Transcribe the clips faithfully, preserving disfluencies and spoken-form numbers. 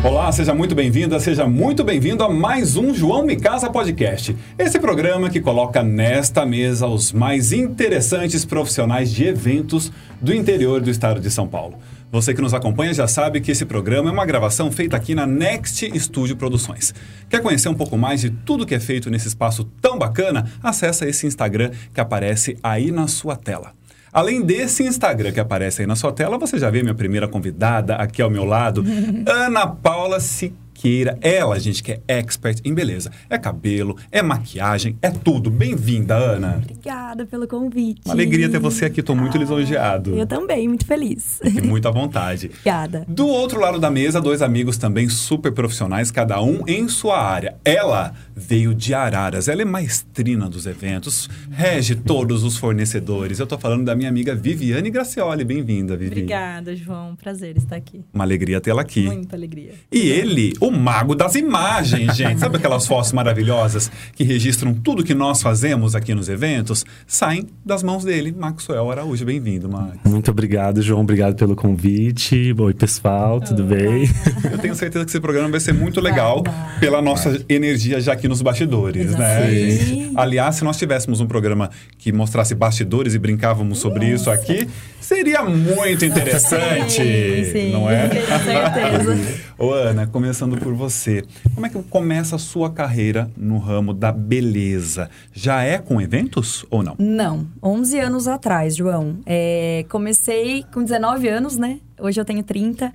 Olá, seja muito bem-vinda, seja muito bem-vindo a mais um João Me Casa Podcast. Esse programa que coloca nesta mesa os mais interessantes profissionais de eventos do interior do estado de São Paulo. Você que nos acompanha já sabe que esse programa é uma gravação feita aqui na Next Studio Produções. Quer conhecer um pouco mais de tudo que é feito nesse espaço tão bacana? Acesse esse Instagram que aparece aí na sua tela. Além desse Instagram que aparece aí na sua tela, você já vê minha primeira convidada aqui ao meu lado, Ana Paula Siqueira. Ela, gente, que é expert em beleza. É cabelo, é maquiagem, é tudo. Bem-vinda, Ana. Obrigada pelo convite. Uma alegria ter você aqui, estou muito ah, lisonjeado. Eu também, muito feliz. E muito à vontade. Obrigada. Do outro lado da mesa, dois amigos também super profissionais, cada um em sua área. Ela veio de Araras, ela é maestrina dos eventos, rege todos os fornecedores. Eu estou falando da minha amiga Viviane Gracioli. Bem-vinda, Vivi. Obrigada, João. Prazer estar aqui. Uma alegria tê-la aqui. Muita alegria. E ele, o mago das imagens, gente. Sabe aquelas fotos maravilhosas que registram tudo que nós fazemos aqui nos eventos? Saem das mãos dele, Maxwell Araújo. Bem-vindo, Max. Muito obrigado, João. Obrigado pelo convite. Oi, pessoal. Tudo Olá. bem? Eu tenho certeza que esse programa vai ser muito legal pela nossa energia já aqui nos bastidores, né? Sim. Aliás, se nós tivéssemos um programa que mostrasse bastidores e brincávamos sobre Nossa. isso aqui, seria muito interessante, Sim, sim, não é? com certeza. Ô, Ana, começando por você, como é que começa a sua carreira no ramo da beleza? Já é com eventos ou não? Não, onze anos atrás, João. É, comecei com dezenove anos, né? Hoje eu tenho trinta.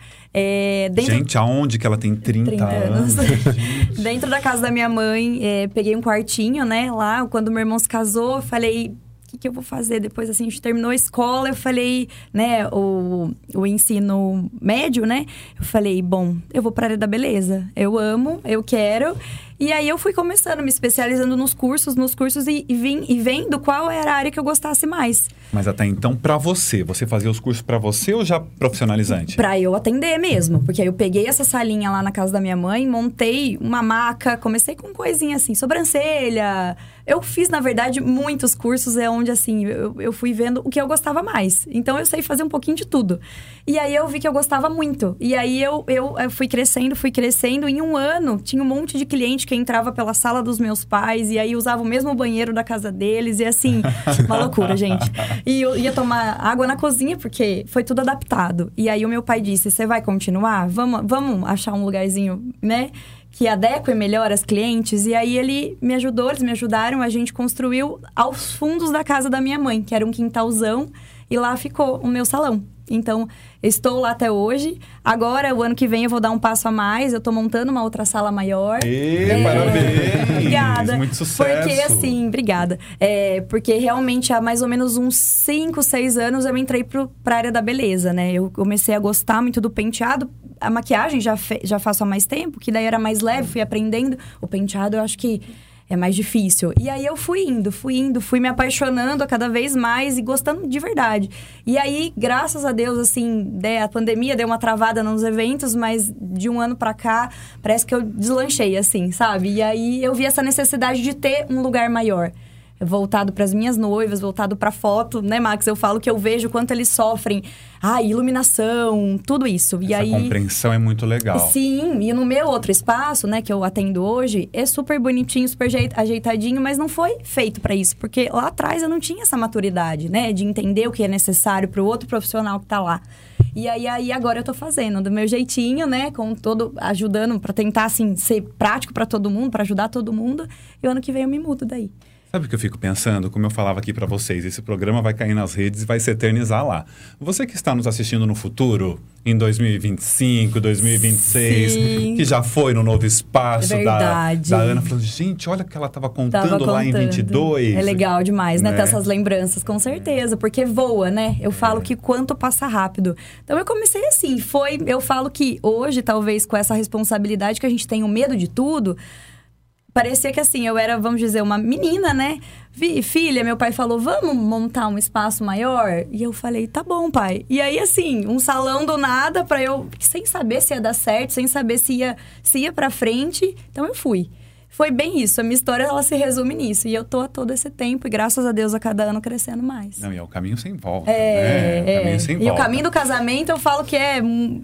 É, dentro... Gente, aonde que ela tem trinta, trinta anos? anos? Dentro da casa da minha mãe, é, peguei um quartinho, né? Lá, quando meu irmão se casou, eu falei... O que, que eu vou fazer? Depois, assim, a gente terminou a escola, eu falei, né, o, o ensino médio, né? Eu falei, bom, eu vou pra área da beleza. Eu amo, eu quero. E aí eu fui começando, me especializando nos cursos, nos cursos e, e, vim, e vendo qual era a área que eu gostasse mais. Mas até então, pra você, você fazia os cursos pra você ou já profissionalizante? Pra eu atender mesmo, porque aí eu peguei essa salinha lá na casa da minha mãe, montei uma maca, comecei com coisinha assim, sobrancelha. Eu fiz, na verdade, muitos cursos, é onde, assim, eu, eu fui vendo o que eu gostava mais. Então, eu sei fazer um pouquinho de tudo. E aí, eu vi que eu gostava muito. E aí, eu, eu, eu fui crescendo, fui crescendo. Em um ano, tinha um monte de cliente que entrava pela sala dos meus pais. E aí, usava o mesmo banheiro da casa deles. E assim, uma loucura, gente. E eu ia tomar água na cozinha, porque foi tudo adaptado. E aí, o meu pai disse, você vai continuar? Vamos, vamos achar um lugarzinho, né? Que adequa melhor as clientes. E aí, ele me ajudou, eles me ajudaram. A gente construiu aos fundos da casa da minha mãe, que era um quintalzão. E lá ficou o meu salão. Então, eu estou lá até hoje. Agora, o ano que vem, eu vou dar um passo a mais. Eu tô montando uma outra sala maior. Ê, é... parabéns! Obrigada. Muito sucesso! Porque, assim, obrigada. É, porque, realmente, há mais ou menos uns cinco, seis anos, eu entrei pro, pra área da beleza, né? Eu comecei a gostar muito do penteado. A maquiagem já, fe... já faço há mais tempo, que daí era mais leve, fui aprendendo. O penteado, eu acho que é mais difícil. E aí, eu fui indo, fui indo, fui me apaixonando a cada vez mais e gostando de verdade. E aí, graças a Deus, assim, né, a pandemia deu uma travada nos eventos, mas de um ano pra cá, parece que eu deslanchei, assim, sabe? E aí, eu vi essa necessidade de ter um lugar maior. Voltado para as minhas noivas, voltado para foto, né, Max? Eu falo que eu vejo quanto eles sofrem. Ah, iluminação, tudo isso. E Essa aí, compreensão é muito legal. Sim, e no meu outro espaço, né, que eu atendo hoje, é super bonitinho, super ajeitadinho, mas não foi feito para isso. Porque lá atrás eu não tinha essa maturidade, né, de entender o que é necessário para o outro profissional que tá lá. E aí, aí agora eu tô fazendo do meu jeitinho, né, com todo, ajudando para tentar, assim, ser prático para todo mundo, para ajudar todo mundo. E o ano que vem eu me mudo daí. Sabe o que eu fico pensando? Como eu falava aqui para vocês, esse programa vai cair nas redes e vai se eternizar lá. Você que está nos assistindo no futuro, em dois mil e vinte e cinco, dois mil e vinte e seis, Sim. que já foi no novo espaço da, Verdade. da Ana, falando, gente, olha o que ela estava contando, Tava lá em contando. vinte e dois. É legal demais, né? Né? Ter essas lembranças, com certeza. Porque voa, né? Eu falo que quanto passa rápido. Então, eu comecei assim. Foi... Eu falo que hoje, talvez, com essa responsabilidade que a gente tem o medo de tudo... Parecia que, assim, eu era, vamos dizer, uma menina, né? Vi, filha, meu pai falou, vamos montar um espaço maior? E eu falei, tá bom, pai. E aí, assim, um salão do nada pra eu... Sem saber se ia dar certo, sem saber se ia, se ia pra frente. Então, eu fui. Foi bem isso. A minha história, ela se resume nisso. E eu tô há todo esse tempo, e graças a Deus, a cada ano crescendo mais. Não, e é o caminho sem volta, É, né? É o é. caminho sem E volta. o caminho do casamento, eu falo que é...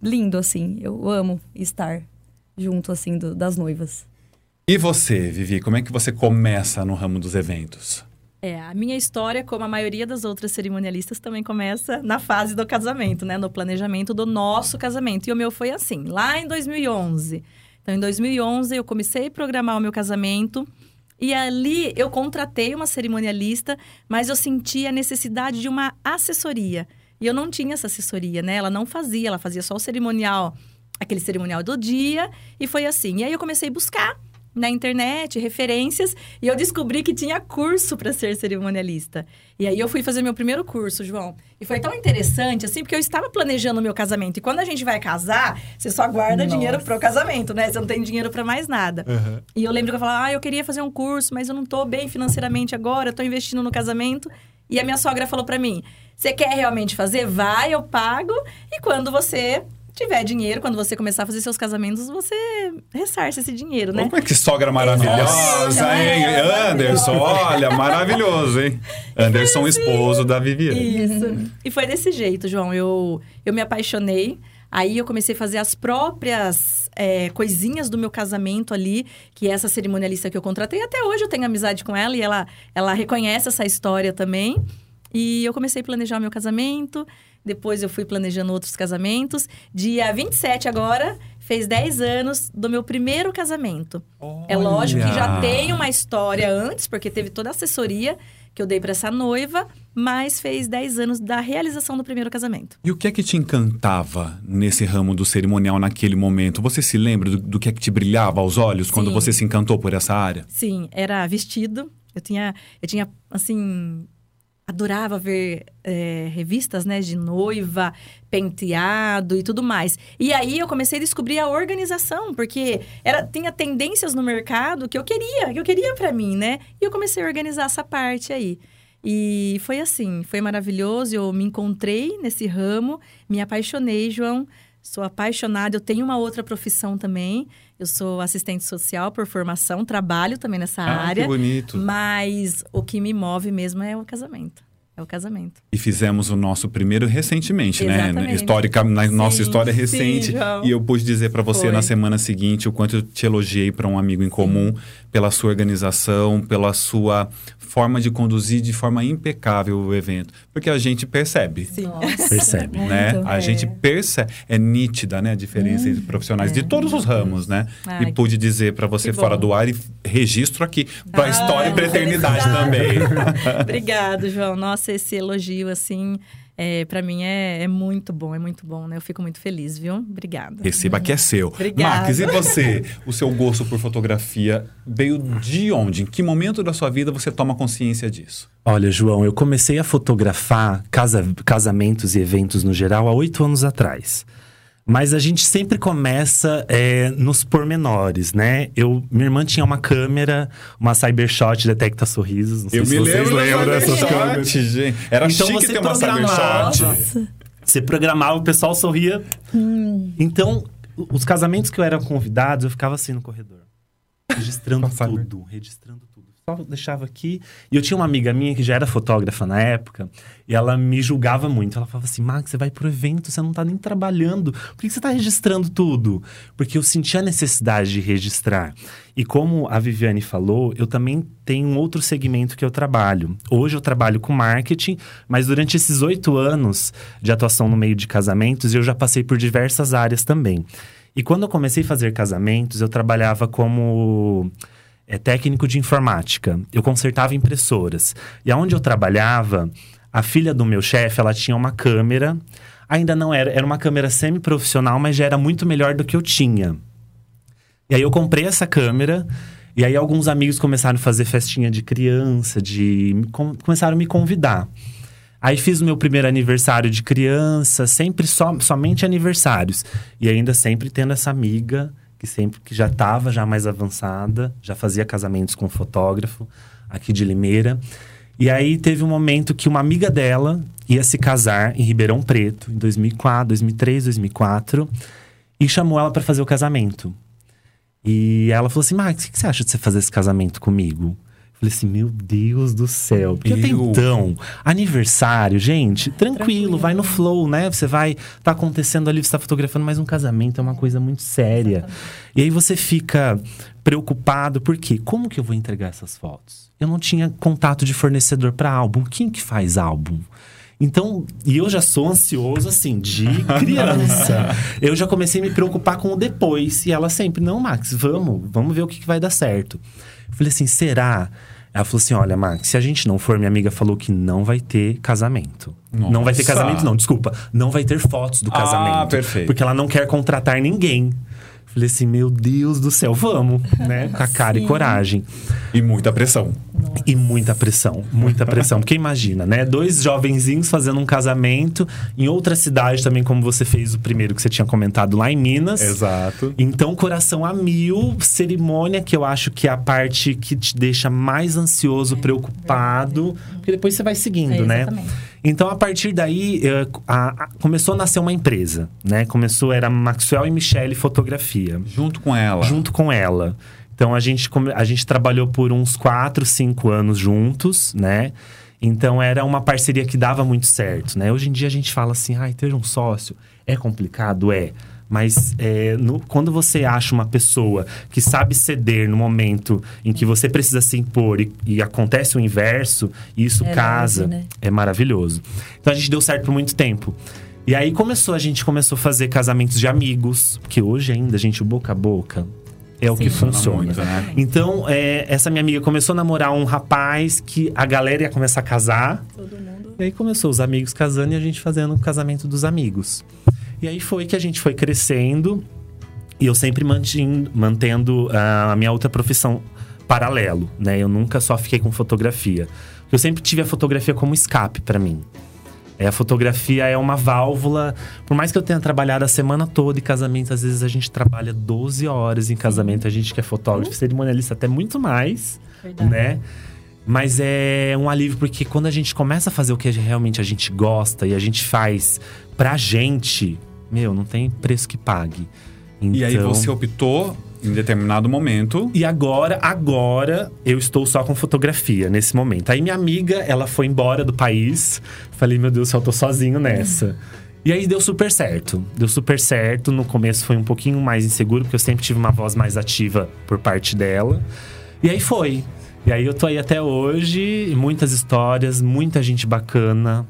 lindo, assim. Eu amo estar junto, assim, do, das noivas. E você, Vivi, como é que você começa no ramo dos eventos? É, a minha história, como a maioria das outras cerimonialistas, também começa na fase do casamento, né? No planejamento do nosso casamento. E o meu foi assim, lá em dois mil e onze. Então, em dois mil e onze, eu comecei a programar o meu casamento. E ali, eu contratei uma cerimonialista, mas eu senti a necessidade de uma assessoria. E eu não tinha essa assessoria, né? Ela não fazia, ela fazia só o cerimonial, aquele cerimonial do dia. E foi assim. E aí, eu comecei a buscar na internet, referências, e eu descobri que tinha curso para ser cerimonialista. E aí eu fui fazer meu primeiro curso, João. E foi tão interessante, assim, porque eu estava planejando o meu casamento. E quando a gente vai casar, você só guarda Nossa. dinheiro pro casamento, né? Você não tem dinheiro para mais nada. Uhum. E eu lembro que eu falava, ah, eu queria fazer um curso, mas eu não tô bem financeiramente agora, eu tô investindo no casamento. E a minha sogra falou para mim, você quer realmente fazer? Vai, eu pago. E quando você tiver dinheiro, quando você começar a fazer seus casamentos, você ressarce esse dinheiro, né? Como é que sogra maravilhosa, é, hein? é, Anderson, olha, maravilhoso, hein? Anderson, assim, esposo da Viviane. Isso. E foi desse jeito, João. Eu, eu me apaixonei. Aí eu comecei a fazer as próprias é, coisinhas do meu casamento ali, que é essa cerimonialista que eu contratei. Até hoje eu tenho amizade com ela e ela, ela reconhece essa história também. E eu comecei a planejar o meu casamento. Depois eu fui planejando outros casamentos. Dia vinte e sete agora, fez dez anos do meu primeiro casamento. Olha. É lógico que já tem uma história antes, porque teve toda a assessoria que eu dei para essa noiva, mas fez dez anos da realização do primeiro casamento. E o que é que te encantava nesse ramo do cerimonial naquele momento? Você se lembra do, do que é que te brilhava aos olhos Sim. quando você se encantou por essa área? Sim, era vestido. Eu tinha, eu tinha assim... Adorava ver é, revistas, né, de noiva, penteado e tudo mais. E aí eu comecei a descobrir a organização, porque era, tinha tendências no mercado que eu queria, que eu queria pra mim, né? E eu comecei a organizar essa parte aí. E foi assim, foi maravilhoso. Eu me encontrei nesse ramo, me apaixonei, João. Sou apaixonada, eu tenho uma outra profissão também. Eu sou assistente social por formação, trabalho também nessa ah, área. Que bonito. Mas o que me move mesmo é o casamento. É o casamento. E fizemos o nosso primeiro recentemente, Exatamente. né? Histórica, na sim, nossa história recente. Sim, João. E eu pude dizer para você Foi. na semana seguinte o quanto eu te elogiei para um amigo em comum, sim. pela sua organização, pela sua forma de conduzir de forma impecável o evento. Porque a gente percebe. Sim. Nossa, percebe, né? muito, A é. gente percebe. É nítida, né? A diferença entre profissionais é. de todos os ramos, né? Ai, e pude dizer para você fora do ar e registro aqui para a história e para a eternidade também. Obrigado, João. Nossa, esse elogio, assim, é, para mim é, é muito bom, é muito bom, né? Eu fico muito feliz, viu? Obrigada. Receba que é seu. Obrigada. Marques, e você? O seu gosto por fotografia veio de onde? Em que momento da sua vida você toma consciência disso? Olha, João, eu comecei a fotografar casa, casamentos e eventos no geral há oito anos atrás. Mas a gente sempre começa é, nos pormenores, né? Eu, minha irmã tinha uma câmera, uma Cybershot detecta sorrisos. Não sei eu se me vocês lembro lembram dessas câmeras. Gente. Era então chique você ter uma programava, Cybershot. Você programava, o pessoal sorria. Hum. Então, os casamentos que eu era convidado, eu ficava assim no corredor. Registrando tudo, registrando tudo. Só deixava aqui. E eu tinha uma amiga minha que já era fotógrafa na época. E ela me julgava muito. Ela falava assim, Max, você vai pro evento, você não tá nem trabalhando. Por que você tá registrando tudo? Porque eu sentia a necessidade de registrar. E como a Viviane falou, eu também tenho um outro segmento que eu trabalho. Hoje eu trabalho com marketing, mas durante esses oito anos de atuação no meio de casamentos, eu já passei por diversas áreas também. E quando eu comecei a fazer casamentos, eu trabalhava como... É técnico de informática. Eu consertava impressoras. E aonde eu trabalhava, a filha do meu chefe, ela tinha uma câmera. Ainda não era, era uma câmera semi-profissional, mas já era muito melhor do que eu tinha. E aí eu comprei essa câmera. E aí alguns amigos começaram a fazer festinha de criança, de com, começaram a me convidar. Aí fiz o meu primeiro aniversário de criança, sempre só, somente aniversários. E ainda sempre tendo essa amiga... que sempre que já estava já mais avançada, já fazia casamentos com fotógrafo aqui de Limeira. E aí teve um momento que uma amiga dela ia se casar em Ribeirão Preto, em dois mil e quatro, dois mil e três, dois mil e quatro, e chamou ela para fazer o casamento. E ela falou assim, Max, o que você acha de você fazer esse casamento comigo? Eu Falei assim, meu Deus do céu. Porque até Eu- então, aniversário, gente, tranquilo, tranquilo. vai no flow, né? Você vai, tá acontecendo ali, você tá fotografando, mas um casamento é uma coisa muito séria. E aí você fica preocupado, por quê? Como que eu vou entregar essas fotos? Eu não tinha contato de fornecedor para álbum. Quem que faz álbum? Então, e eu já sou ansioso, assim, de criança. Eu já comecei a me preocupar com o depois. E ela sempre, não, Max, vamos, vamos ver o que, que vai dar certo. Eu falei assim, será? Ela falou assim, olha, Max, se a gente não for, minha amiga falou que não vai ter casamento. Nossa. Não vai ter casamento, não, desculpa. Não vai ter fotos do Ah, casamento. perfeito. Porque ela não quer contratar ninguém. Falei assim, meu Deus do céu, vamos, né? Com a cara e coragem. E muita pressão. E muita pressão, muita pressão. Porque imagina, né? Dois jovenzinhos fazendo um casamento em outra cidade também, como você fez o primeiro que você tinha comentado lá em Minas. Exato. Então, coração a mil, cerimônia, que eu acho que é a parte que te deixa mais ansioso, preocupado. Porque depois você vai seguindo, É, né? exatamente. Então, a partir daí, eh, a- a- começou a nascer uma empresa, né? Começou, era Maxwell e Michele Fotografia. Junto com ela. Junto com ela. Então, a gente, come- a gente trabalhou por uns quatro, cinco anos juntos, né? Então, era uma parceria que dava muito certo, né? Hoje em dia, a gente fala assim, ai, ter um sócio é complicado? É. Mas é, no- quando você acha uma pessoa que sabe ceder no momento em que você precisa se impor e, e acontece o inverso, e isso É casa, leve, né? é maravilhoso. Então, a gente deu certo por muito tempo. E aí, começou, a gente começou a fazer casamentos de amigos. Porque hoje ainda, gente, o boca a boca é o que funciona. muito, né? Então, é, essa minha amiga começou a namorar um rapaz que a galera ia começar a casar. Todo mundo. E aí começou os amigos casando e a gente fazendo o casamento dos amigos. E aí foi que a gente foi crescendo. E eu sempre mantin, mantendo ah, a minha outra profissão paralelo, né? Eu nunca só fiquei com fotografia. Eu sempre tive a fotografia como escape pra mim. É, a fotografia é uma válvula. Por mais que eu tenha trabalhado a semana toda em casamento, às vezes a gente trabalha doze horas em casamento. A gente que é fotógrafo, cerimonialista, até muito mais, Verdade. né? Mas é um alívio, porque quando a gente começa a fazer o que realmente a gente gosta e a gente faz pra gente, meu, não tem preço que pague. Então... E aí você optou, em determinado momento… E agora, agora, eu estou só com fotografia, nesse momento. Aí minha amiga, ela foi embora do país. Falei, meu Deus, eu tô sozinho nessa. E aí deu super certo. Deu super certo. No começo foi um pouquinho mais inseguro, porque eu sempre tive uma voz mais ativa por parte dela. E aí foi. E aí eu tô aí até hoje. Muitas histórias, muita gente bacana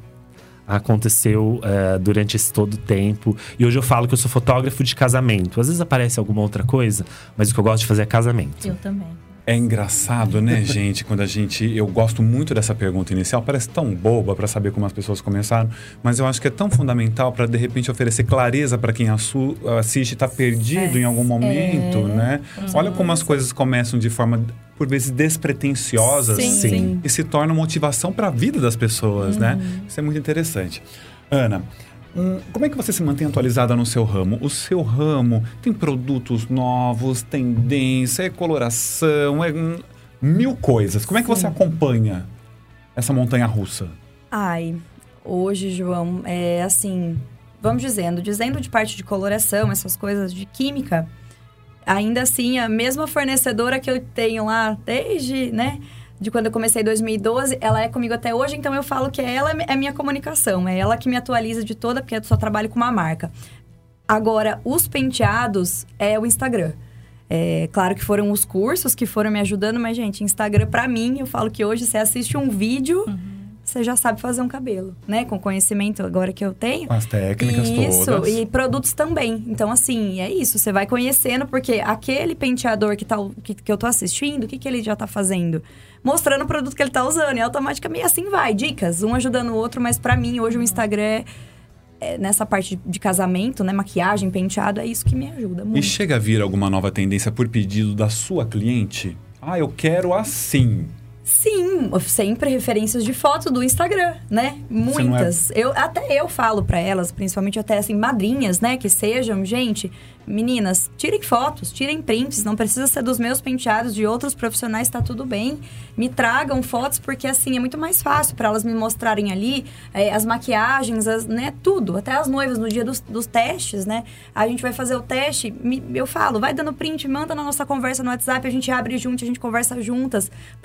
aconteceu uh, durante esse todo tempo. E hoje eu falo que eu sou fotógrafo de casamento. Às vezes aparece alguma outra coisa, mas o que eu gosto de fazer é casamento. Eu também. É engraçado, né, gente? Quando a gente… Eu gosto muito dessa pergunta inicial. Parece tão boba para saber como as pessoas começaram. Mas eu acho que é tão fundamental para, de repente, oferecer clareza para quem assu- assiste e está perdido É. em algum momento, É. né? Olha como as coisas começam de forma, por vezes, despretensiosas. Sim, Sim. sim. E se tornam motivação para a vida das pessoas, né? Isso é muito interessante. Ana… Hum, como é que você se mantém atualizada no seu ramo? O seu ramo tem produtos novos, tendência, é coloração, é hum, mil coisas. Como é que você acompanha essa montanha-russa? Ai, hoje, João, é assim, vamos dizendo, dizendo de parte de coloração, essas coisas de química, ainda assim, a mesma fornecedora que eu tenho lá desde, né, de quando eu comecei em dois mil e doze, ela é comigo até hoje, então eu falo que ela é a minha comunicação, é ela que me atualiza de toda, porque eu só trabalho com uma marca. Agora, os penteados é o Instagram. É claro que foram os cursos que foram me ajudando, mas, gente, Instagram, pra mim, eu falo que hoje você assiste um vídeo, você já sabe fazer um cabelo, né? Com conhecimento agora que eu tenho. Com as técnicas Isso, todas. e produtos também. Então, assim, é isso. Você vai conhecendo, porque aquele penteador que, tá, que, que eu tô assistindo, o que, que ele já tá fazendo? Mostrando o produto que ele tá usando. E automaticamente assim vai. Dicas, um ajudando o outro. Mas pra mim, hoje, o Instagram é, é nessa parte de, de casamento, né? Maquiagem, penteado, é isso que me ajuda muito. E chega a vir alguma nova tendência por pedido da sua cliente? Ah, eu quero assim. Sim, sempre referências de foto do Instagram, né? Muitas. Não é... eu, até eu falo pra elas, principalmente até assim, madrinhas, né? Que sejam, gente, meninas, tirem fotos, tirem prints. Não precisa ser dos meus penteados, de outros profissionais, tá tudo bem. Me tragam fotos, porque assim, é muito mais fácil pra elas me mostrarem ali é, as maquiagens, as, né? Tudo. Até as noivas no dia dos, dos testes, né? A gente vai fazer o teste, me, eu falo, vai dando print, manda na nossa conversa no WhatsApp, a gente abre junto, a gente conversa juntas. Porque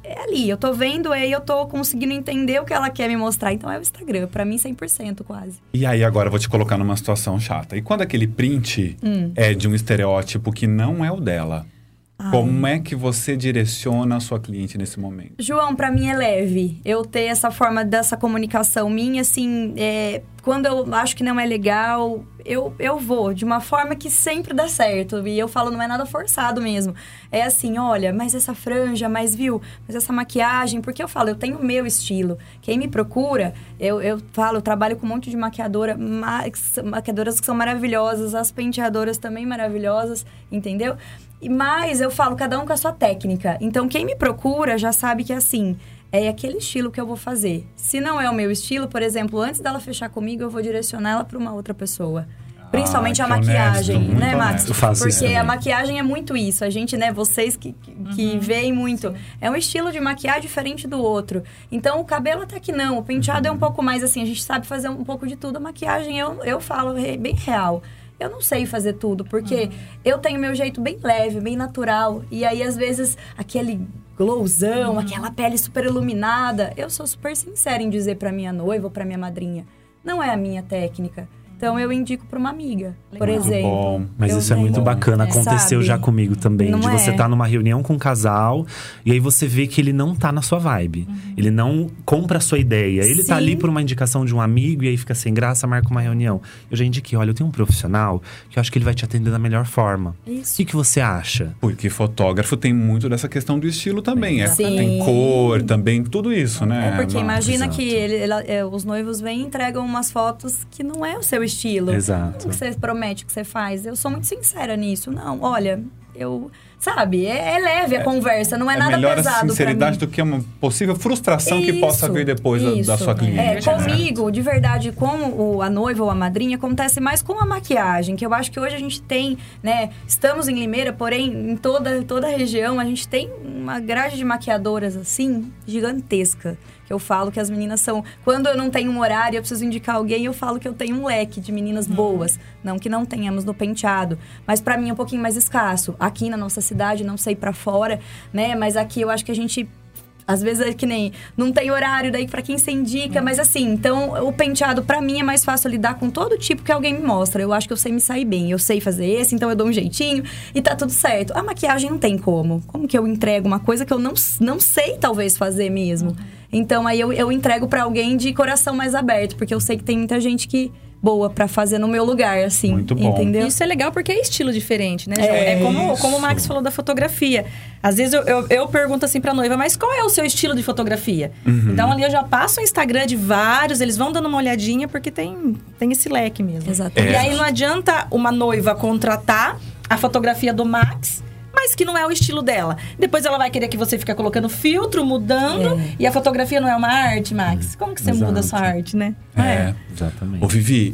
é ali. Eu tô vendo e eu tô conseguindo entender o que ela quer me mostrar. Então é o Instagram, pra mim cem por cento quase. E aí agora eu vou te colocar numa situação chata. E quando aquele print hum. é de um estereótipo que não é o dela? Ai. Como é que você direciona a sua cliente nesse momento? João, pra mim é leve. Eu ter essa forma dessa comunicação minha, assim, é, quando eu acho que não é legal, eu, eu vou de uma forma que sempre dá certo. E eu falo, não é nada forçado mesmo. É assim, olha, mas essa franja, mas viu, mas essa maquiagem, porque eu falo, eu tenho o meu estilo. Quem me procura, eu, eu falo, eu trabalho com um monte de maquiadora, ma maquiadoras que são maravilhosas, as penteadoras também maravilhosas, entendeu? Mas eu falo, cada um com a sua técnica. Então, quem me procura já sabe que, assim, é aquele estilo que eu vou fazer. Se não é o meu estilo, por exemplo, antes dela fechar comigo, eu vou direcionar ela para uma outra pessoa. Principalmente ah, a maquiagem, honesto, né, Max? Eu faço Porque isso a maquiagem é muito isso. A gente, né, vocês que, que uhum, veem muito. Sim. É um estilo de maquiagem diferente do outro. Então, o cabelo até que não. O penteado uhum. é um pouco mais assim, a gente sabe fazer um pouco de tudo. A maquiagem, eu, eu falo bem real. Eu não sei fazer tudo, porque uhum. eu tenho meu jeito bem leve, bem natural. E aí, às vezes, aquele glowzão, uhum. aquela pele super iluminada. Eu sou super sincera em dizer pra minha noiva ou pra minha madrinha. Não é a minha técnica. Então, eu indico para uma amiga, por muito exemplo. Bom. Mas isso é muito bom. Bacana. Aconteceu é, já comigo também. Não de você estar é. tá numa reunião com um casal e aí você vê que ele não tá na sua vibe. Uhum. Ele não compra a sua ideia. Ele Sim. tá ali por uma indicação de um amigo e aí fica sem graça, marca uma reunião. Eu já indiquei, olha, eu tenho um profissional que eu acho que ele vai te atender da melhor forma. Isso. O que, que você acha? Porque fotógrafo tem muito dessa questão do estilo também. É, tem cor também, tudo isso, né? É porque Nossa, imagina exato. que ele, ele, os noivos vêm e entregam umas fotos que não é o seu estilo. Exato. O que você promete, o que você faz. Eu sou muito sincera nisso. Não, olha, eu... Sabe, é, é leve a é, conversa, não é, é nada pesado pra mim. É melhor a sinceridade do que uma possível frustração isso, que possa vir depois da, da sua cliente. É, comigo, de verdade, com o, a noiva ou a madrinha, acontece mais com a maquiagem. Que eu acho que hoje a gente tem, né... Estamos em Limeira, porém, em toda, toda a região, a gente tem uma grade de maquiadoras, assim, gigantesca. Eu falo que as meninas são... Quando eu não tenho um horário, eu preciso indicar alguém, eu falo que eu tenho um leque de meninas uhum. boas. Não que não tenhamos no penteado. Mas pra mim é um pouquinho mais escasso. Aqui na nossa cidade, não sei pra fora, né? Mas aqui eu acho que a gente... Às vezes é que nem... Não tem horário daí pra quem se indica. Uhum. Mas assim, então o penteado pra mim é mais fácil lidar com todo tipo que alguém me mostra. Eu acho que eu sei me sair bem. Eu sei fazer esse, então eu dou um jeitinho e tá tudo certo. A maquiagem não tem como. Como que eu entrego uma coisa que eu não, não sei talvez fazer mesmo? Uhum. Então, aí eu, eu entrego pra alguém de coração mais aberto. Porque eu sei que tem muita gente que... boa pra fazer no meu lugar, assim. Muito bom. Entendeu? Isso é legal porque é estilo diferente, né, João? É, é como, como o Max falou da fotografia. Às vezes eu, eu, eu pergunto assim pra noiva, mas qual é o seu estilo de fotografia? Uhum. Então ali eu já passo o Instagram de vários, eles vão dando uma olhadinha porque tem, tem esse leque mesmo. Exatamente. É. E aí não adianta uma noiva contratar a fotografia do Max, mas que não é o estilo dela. Depois ela vai querer que você fique colocando filtro, mudando. É. E a fotografia não é uma arte, Max? Como que você Exato. muda a sua arte, né? É, é. Exatamente. Ô, Vivi,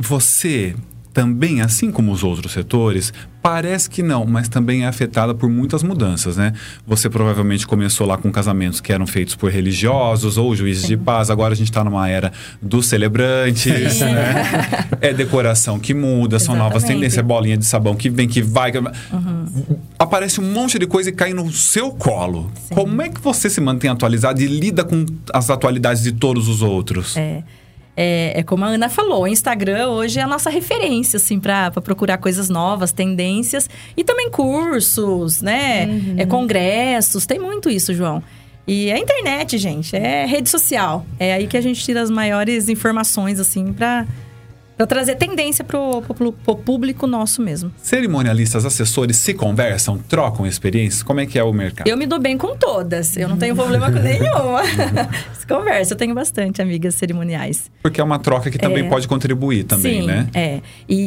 você também, assim como os outros setores, parece que não, mas também é afetada por muitas mudanças, né? Você provavelmente começou lá com casamentos que eram feitos por religiosos ou juízes Sim. de paz. Agora a gente está numa era dos celebrantes, Sim. né? É decoração que muda, são Exatamente. novas tendências, é bolinha de sabão que vem, que vai... Uhum. Aparece um monte de coisa e cai no seu colo. Sim. Como é que você se mantém atualizado e lida com as atualidades de todos os outros? É... É, é como a Ana falou, o Instagram hoje é a nossa referência, assim, para procurar coisas novas, tendências. E também cursos, né? Uhum. É, congressos, tem muito isso, João. E a internet, gente, é rede social. É aí que a gente tira as maiores informações, assim, para para trazer tendência pro, pro, pro público nosso mesmo. Cerimonialistas, assessores se conversam, trocam experiências? Como é que é o mercado? Eu me dou bem com todas. Eu não tenho problema com nenhuma. Se conversa. Eu tenho bastante amigas cerimoniais. Porque é uma troca que também é. pode contribuir também, Sim, né? é.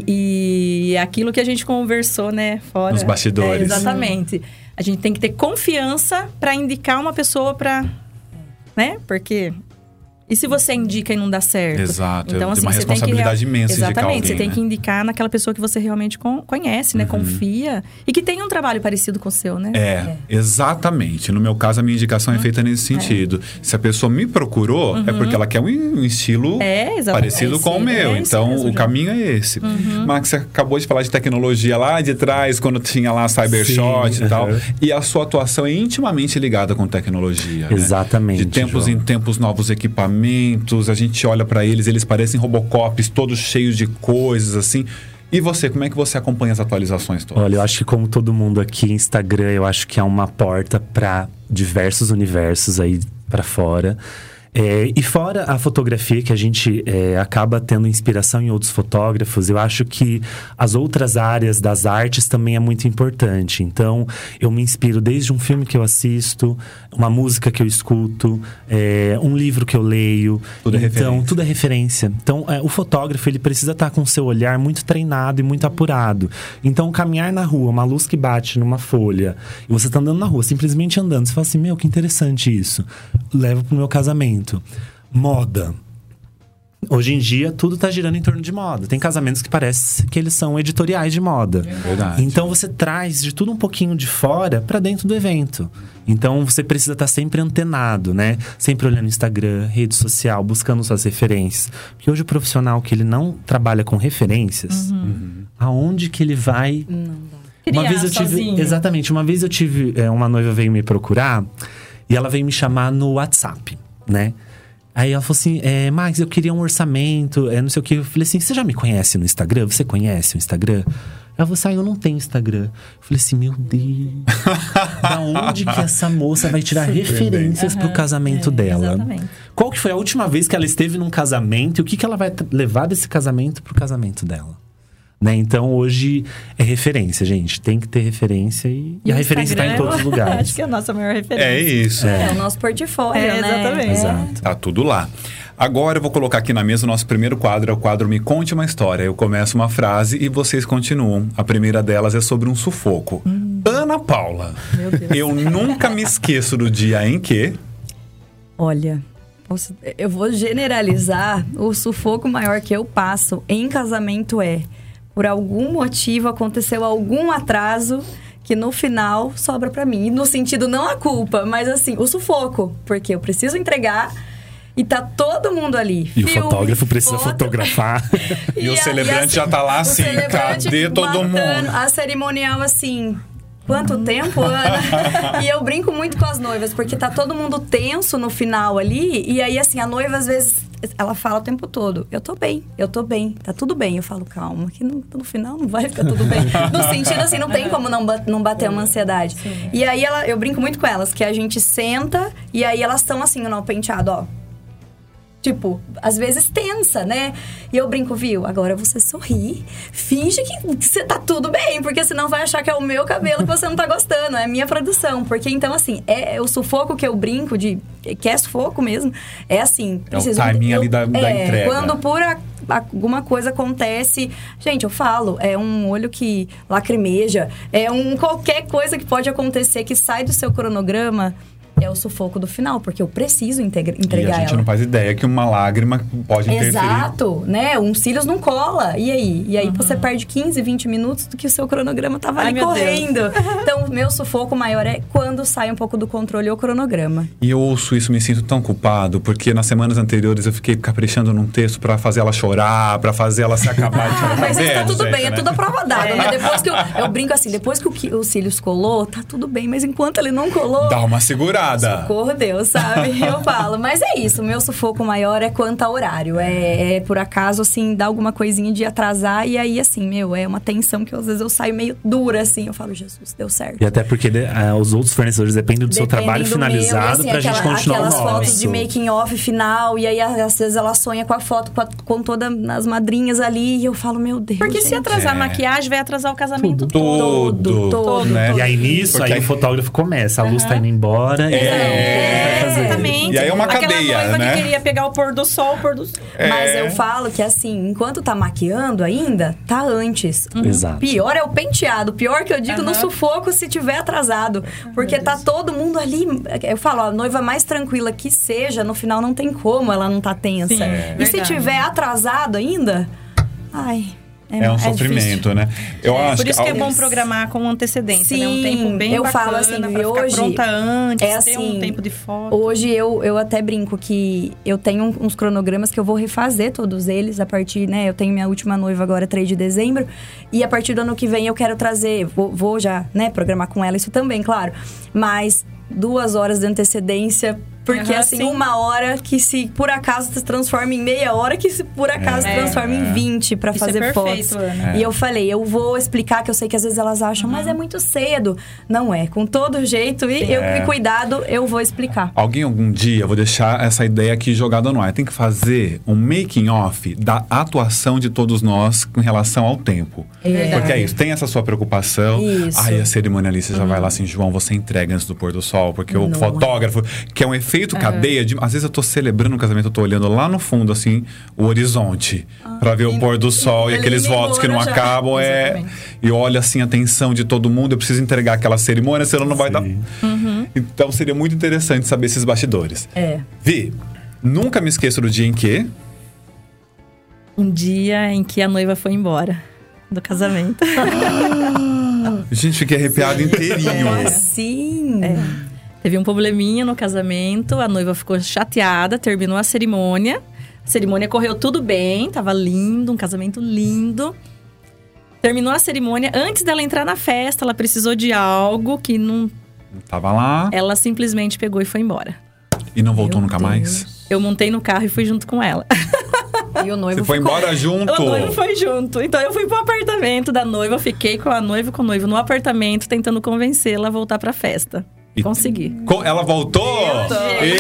E, e aquilo que a gente conversou, né? Fora. Nos bastidores. É, exatamente. A gente tem que ter confiança para indicar uma pessoa para... Né? Porque... E se você indica e não dá certo? Exato, Então, é assim, uma você tem que responsabilidade imensa indicar Exatamente, alguém, você tem né? que indicar naquela pessoa que você realmente con- conhece, né? Uhum. Confia. E que tenha um trabalho parecido com o seu, né? É, exatamente. No meu caso, a minha indicação é feita nesse sentido. Se a pessoa me procurou, é porque ela quer um, um estilo É, exatamente. parecido com o meu. É isso Então, mesmo, o já. caminho é esse. Max, você acabou de falar de tecnologia lá de trás, quando tinha lá Cybershot Sim, e tal. uhum. E a sua atuação é intimamente ligada com tecnologia. né? Exatamente, De tempos João. em tempos, novos equipamentos. A gente olha pra eles, eles parecem Robocops, todos cheios de coisas, assim. E você, como é que você acompanha as atualizações todas? Olha, eu acho que como todo mundo aqui, Instagram, eu acho que é uma porta para diversos universos aí para fora. É, e fora a fotografia, que a gente é, acaba tendo inspiração em outros fotógrafos, eu acho que as outras áreas das artes também é muito importante. Então, eu me inspiro desde um filme que eu assisto, uma música que eu escuto, é, um livro que eu leio. Tudo é então, referência. tudo é referência. Então, é, o fotógrafo, ele precisa estar com o seu olhar muito treinado e muito apurado. Então, caminhar na rua, uma luz que bate numa folha, e você tá andando na rua, simplesmente andando, você fala assim, meu, que interessante isso. Levo pro meu casamento. Moda. Hoje em dia, tudo tá girando em torno de moda. Tem casamentos que parece que eles são editoriais de moda. Verdade. Então, você traz de tudo um pouquinho de fora pra dentro do evento. Então, você precisa estar sempre antenado, né? Sempre olhando Instagram, rede social, buscando suas referências. Porque hoje o profissional que ele não trabalha com referências, uhum. aonde que ele vai... Não dá. Uma Criar vez eu tive, sozinho. exatamente, uma vez eu tive, é, uma noiva veio me procurar e ela veio me chamar no WhatsApp, né? Aí ela falou assim, é, Max, eu queria um orçamento, é, não sei o que. Eu falei assim, você já me conhece no Instagram? Você conhece o Instagram? Ela falou assim, ah, eu não tenho Instagram. Eu falei assim, meu Deus, da onde que essa moça vai tirar referências pro casamento é, dela? exatamente. Qual que foi a última vez que ela esteve num casamento e o que, que ela vai t- levar desse casamento pro casamento dela? Né? Então, hoje é referência, gente. Tem que ter referência e, e a o referência está em Instagram, todos os eu lugares. Acho que é a nossa maior referência. É isso. É, o nosso portfólio, É, né? exatamente. É. Exato. Tá tudo lá. Agora eu vou colocar aqui na mesa o nosso primeiro quadro, é o quadro Me Conte Uma História. Eu começo uma frase e vocês continuam. A primeira delas é sobre um sufoco. Hum. Ana Paula, Meu Deus. eu nunca me esqueço do dia em que... Olha, posso- eu vou generalizar. O sufoco maior que eu passo em casamento é, por algum motivo aconteceu algum atraso que no final sobra pra mim. No sentido, não a culpa, mas assim, o sufoco. Porque eu preciso entregar e tá todo mundo ali. E o Filme, fotógrafo precisa foto. fotografar. E o a- celebrante já tá lá o assim, celebrante cadê todo matando, mundo? A cerimonial assim... Quanto tempo, Ana? E eu brinco muito com as noivas, porque tá todo mundo tenso no final ali. E aí, assim, a noiva, às vezes, ela fala o tempo todo: eu tô bem, eu tô bem, tá tudo bem. Eu falo, calma, que no, no final não vai ficar tudo bem. No sentido, assim, não tem como não, ba- não bater uma ansiedade. E aí, ela, eu brinco muito com elas, que a gente senta e aí elas estão assim, no penteado, ó. Tipo, às vezes tensa, né? E eu brinco, viu? Agora você sorri, finge que você tá tudo bem, porque senão vai achar que é o meu cabelo que você não tá gostando, é a minha produção. Porque então, assim, é o sufoco que eu brinco de. Que é sufoco mesmo. É assim. É o timing eu- ali da- da é, entrega. Quando por a- alguma coisa acontece. Gente, eu falo, é um olho que lacrimeja, é um qualquer coisa que pode acontecer que sai do seu cronograma. É o sufoco do final, porque eu preciso integra- E entregar a gente ela. não faz ideia que uma lágrima pode interferir. Exato, né? Um cílios não cola. E aí? E aí você perde quinze, vinte minutos do que o seu cronograma tava Ai, ali meu correndo. Então, meu sufoco maior é quando sai um pouco do controle o cronograma. E eu ouço isso, me sinto tão culpado, porque nas semanas anteriores eu fiquei caprichando num texto pra fazer ela chorar, pra fazer ela se acabar de chorar. Mas isso tá vendo, tudo gente, bem, é né? tudo a prova d'água. Mas depois que eu, eu brinco assim, depois que o, qui- o cílios colou, tá tudo bem. Mas enquanto ele não colou, Dá uma segurada. socorro Deus, sabe? Eu falo. Mas é isso, o meu sufoco maior é quanto a horário. É, é por acaso, assim, dar alguma coisinha de atrasar. E aí, assim, meu, é uma tensão que às vezes eu saio meio dura, assim. Eu falo, Jesus, deu certo. E até porque de- ah, os outros fornecedores dependem do seu Dependem trabalho do finalizado meu, e, assim, pra aquela- gente continuar o aquelas nosso. fotos de making off final, e aí às vezes ela sonha com a foto com, a- com todas as madrinhas ali, e eu falo, meu Deus. Porque se gente. atrasar É. a maquiagem, vai atrasar o casamento Tudo, Todo, todo, né? E aí nisso, Porque aí o fotógrafo começa. A luz tá indo embora, e É. Exatamente. E aí é uma Aquela cadeia, noiva né? que queria pegar o pôr do sol, o pôr do sol. É. Mas eu falo que assim, enquanto tá maquiando ainda, tá antes. Exato. Pior é o penteado. Pior que eu digo Uhum. no sufoco se tiver atrasado. Porque tá todo mundo ali. Eu falo, ó, a noiva mais tranquila que seja, no final não tem como ela não tá tensa. Sim, e é se verdade. tiver atrasado ainda, ai. É um sofrimento, difícil. né? Eu É, acho por isso que é al- bom programar com antecedência, né? Um Sim, tempo bem eu bacana falo assim, pra Vivi, ficar hoje pronta antes, é ter um assim, tempo de foto. Hoje eu, eu até brinco que eu tenho um- uns cronogramas que eu vou refazer todos eles a partir, né? Eu tenho minha última noiva agora, três de dezembro. E a partir do ano que vem eu quero trazer, vou, vou já, né, programar com ela isso também, claro. Mas duas horas de antecedência, porque Aham, assim, sim. uma hora que se por acaso se transforma em meia hora, que se por acaso É. se transforma em vinte pra Isso é fazer perfeito, fotos. Ana. E eu falei, eu vou explicar, que eu sei que às vezes elas acham, mas é muito cedo. Não é, com todo jeito. E eu, É. e cuidado, eu vou explicar. Alguém algum dia, vou deixar essa ideia aqui jogada no ar, tem que fazer um making off da atuação de todos nós com relação ao tempo. É. Porque é isso, tem essa sua preocupação. Isso. Aí a cerimonialista já vai lá assim, João, você entrega antes do pôr do sol, porque o Não fotógrafo, que é um efeito cadeia de, às vezes eu tô celebrando o casamento, eu tô olhando lá no fundo assim, o horizonte, pra ver o pôr do sol e ele aqueles me votos que não embora já. acabam, é, Exatamente. e olha assim a tensão de todo mundo, eu preciso entregar aquela cerimônia, senão não vai dar. Sim. Então seria muito interessante saber esses bastidores. É. Vi, nunca me esqueço do dia em que Um dia em que a noiva foi embora do casamento. gente, fiquei arrepiado inteirinho. Como assim? Teve um probleminha no casamento, a noiva ficou chateada, terminou a cerimônia. A cerimônia correu tudo bem, tava lindo, um casamento lindo. Terminou a cerimônia, antes dela entrar na festa, ela precisou de algo que não... Tava lá Ela simplesmente pegou e foi embora. e não voltou Meu nunca Deus. mais. Eu montei no carro e fui junto com ela. E o noivo Você foi ficou- embora junto. O noivo foi junto. Então eu fui pro apartamento da noiva, fiquei com a noiva e com o noivo no apartamento, tentando convencê-la a voltar pra festa. E- Consegui. Co- Ela voltou? Gente,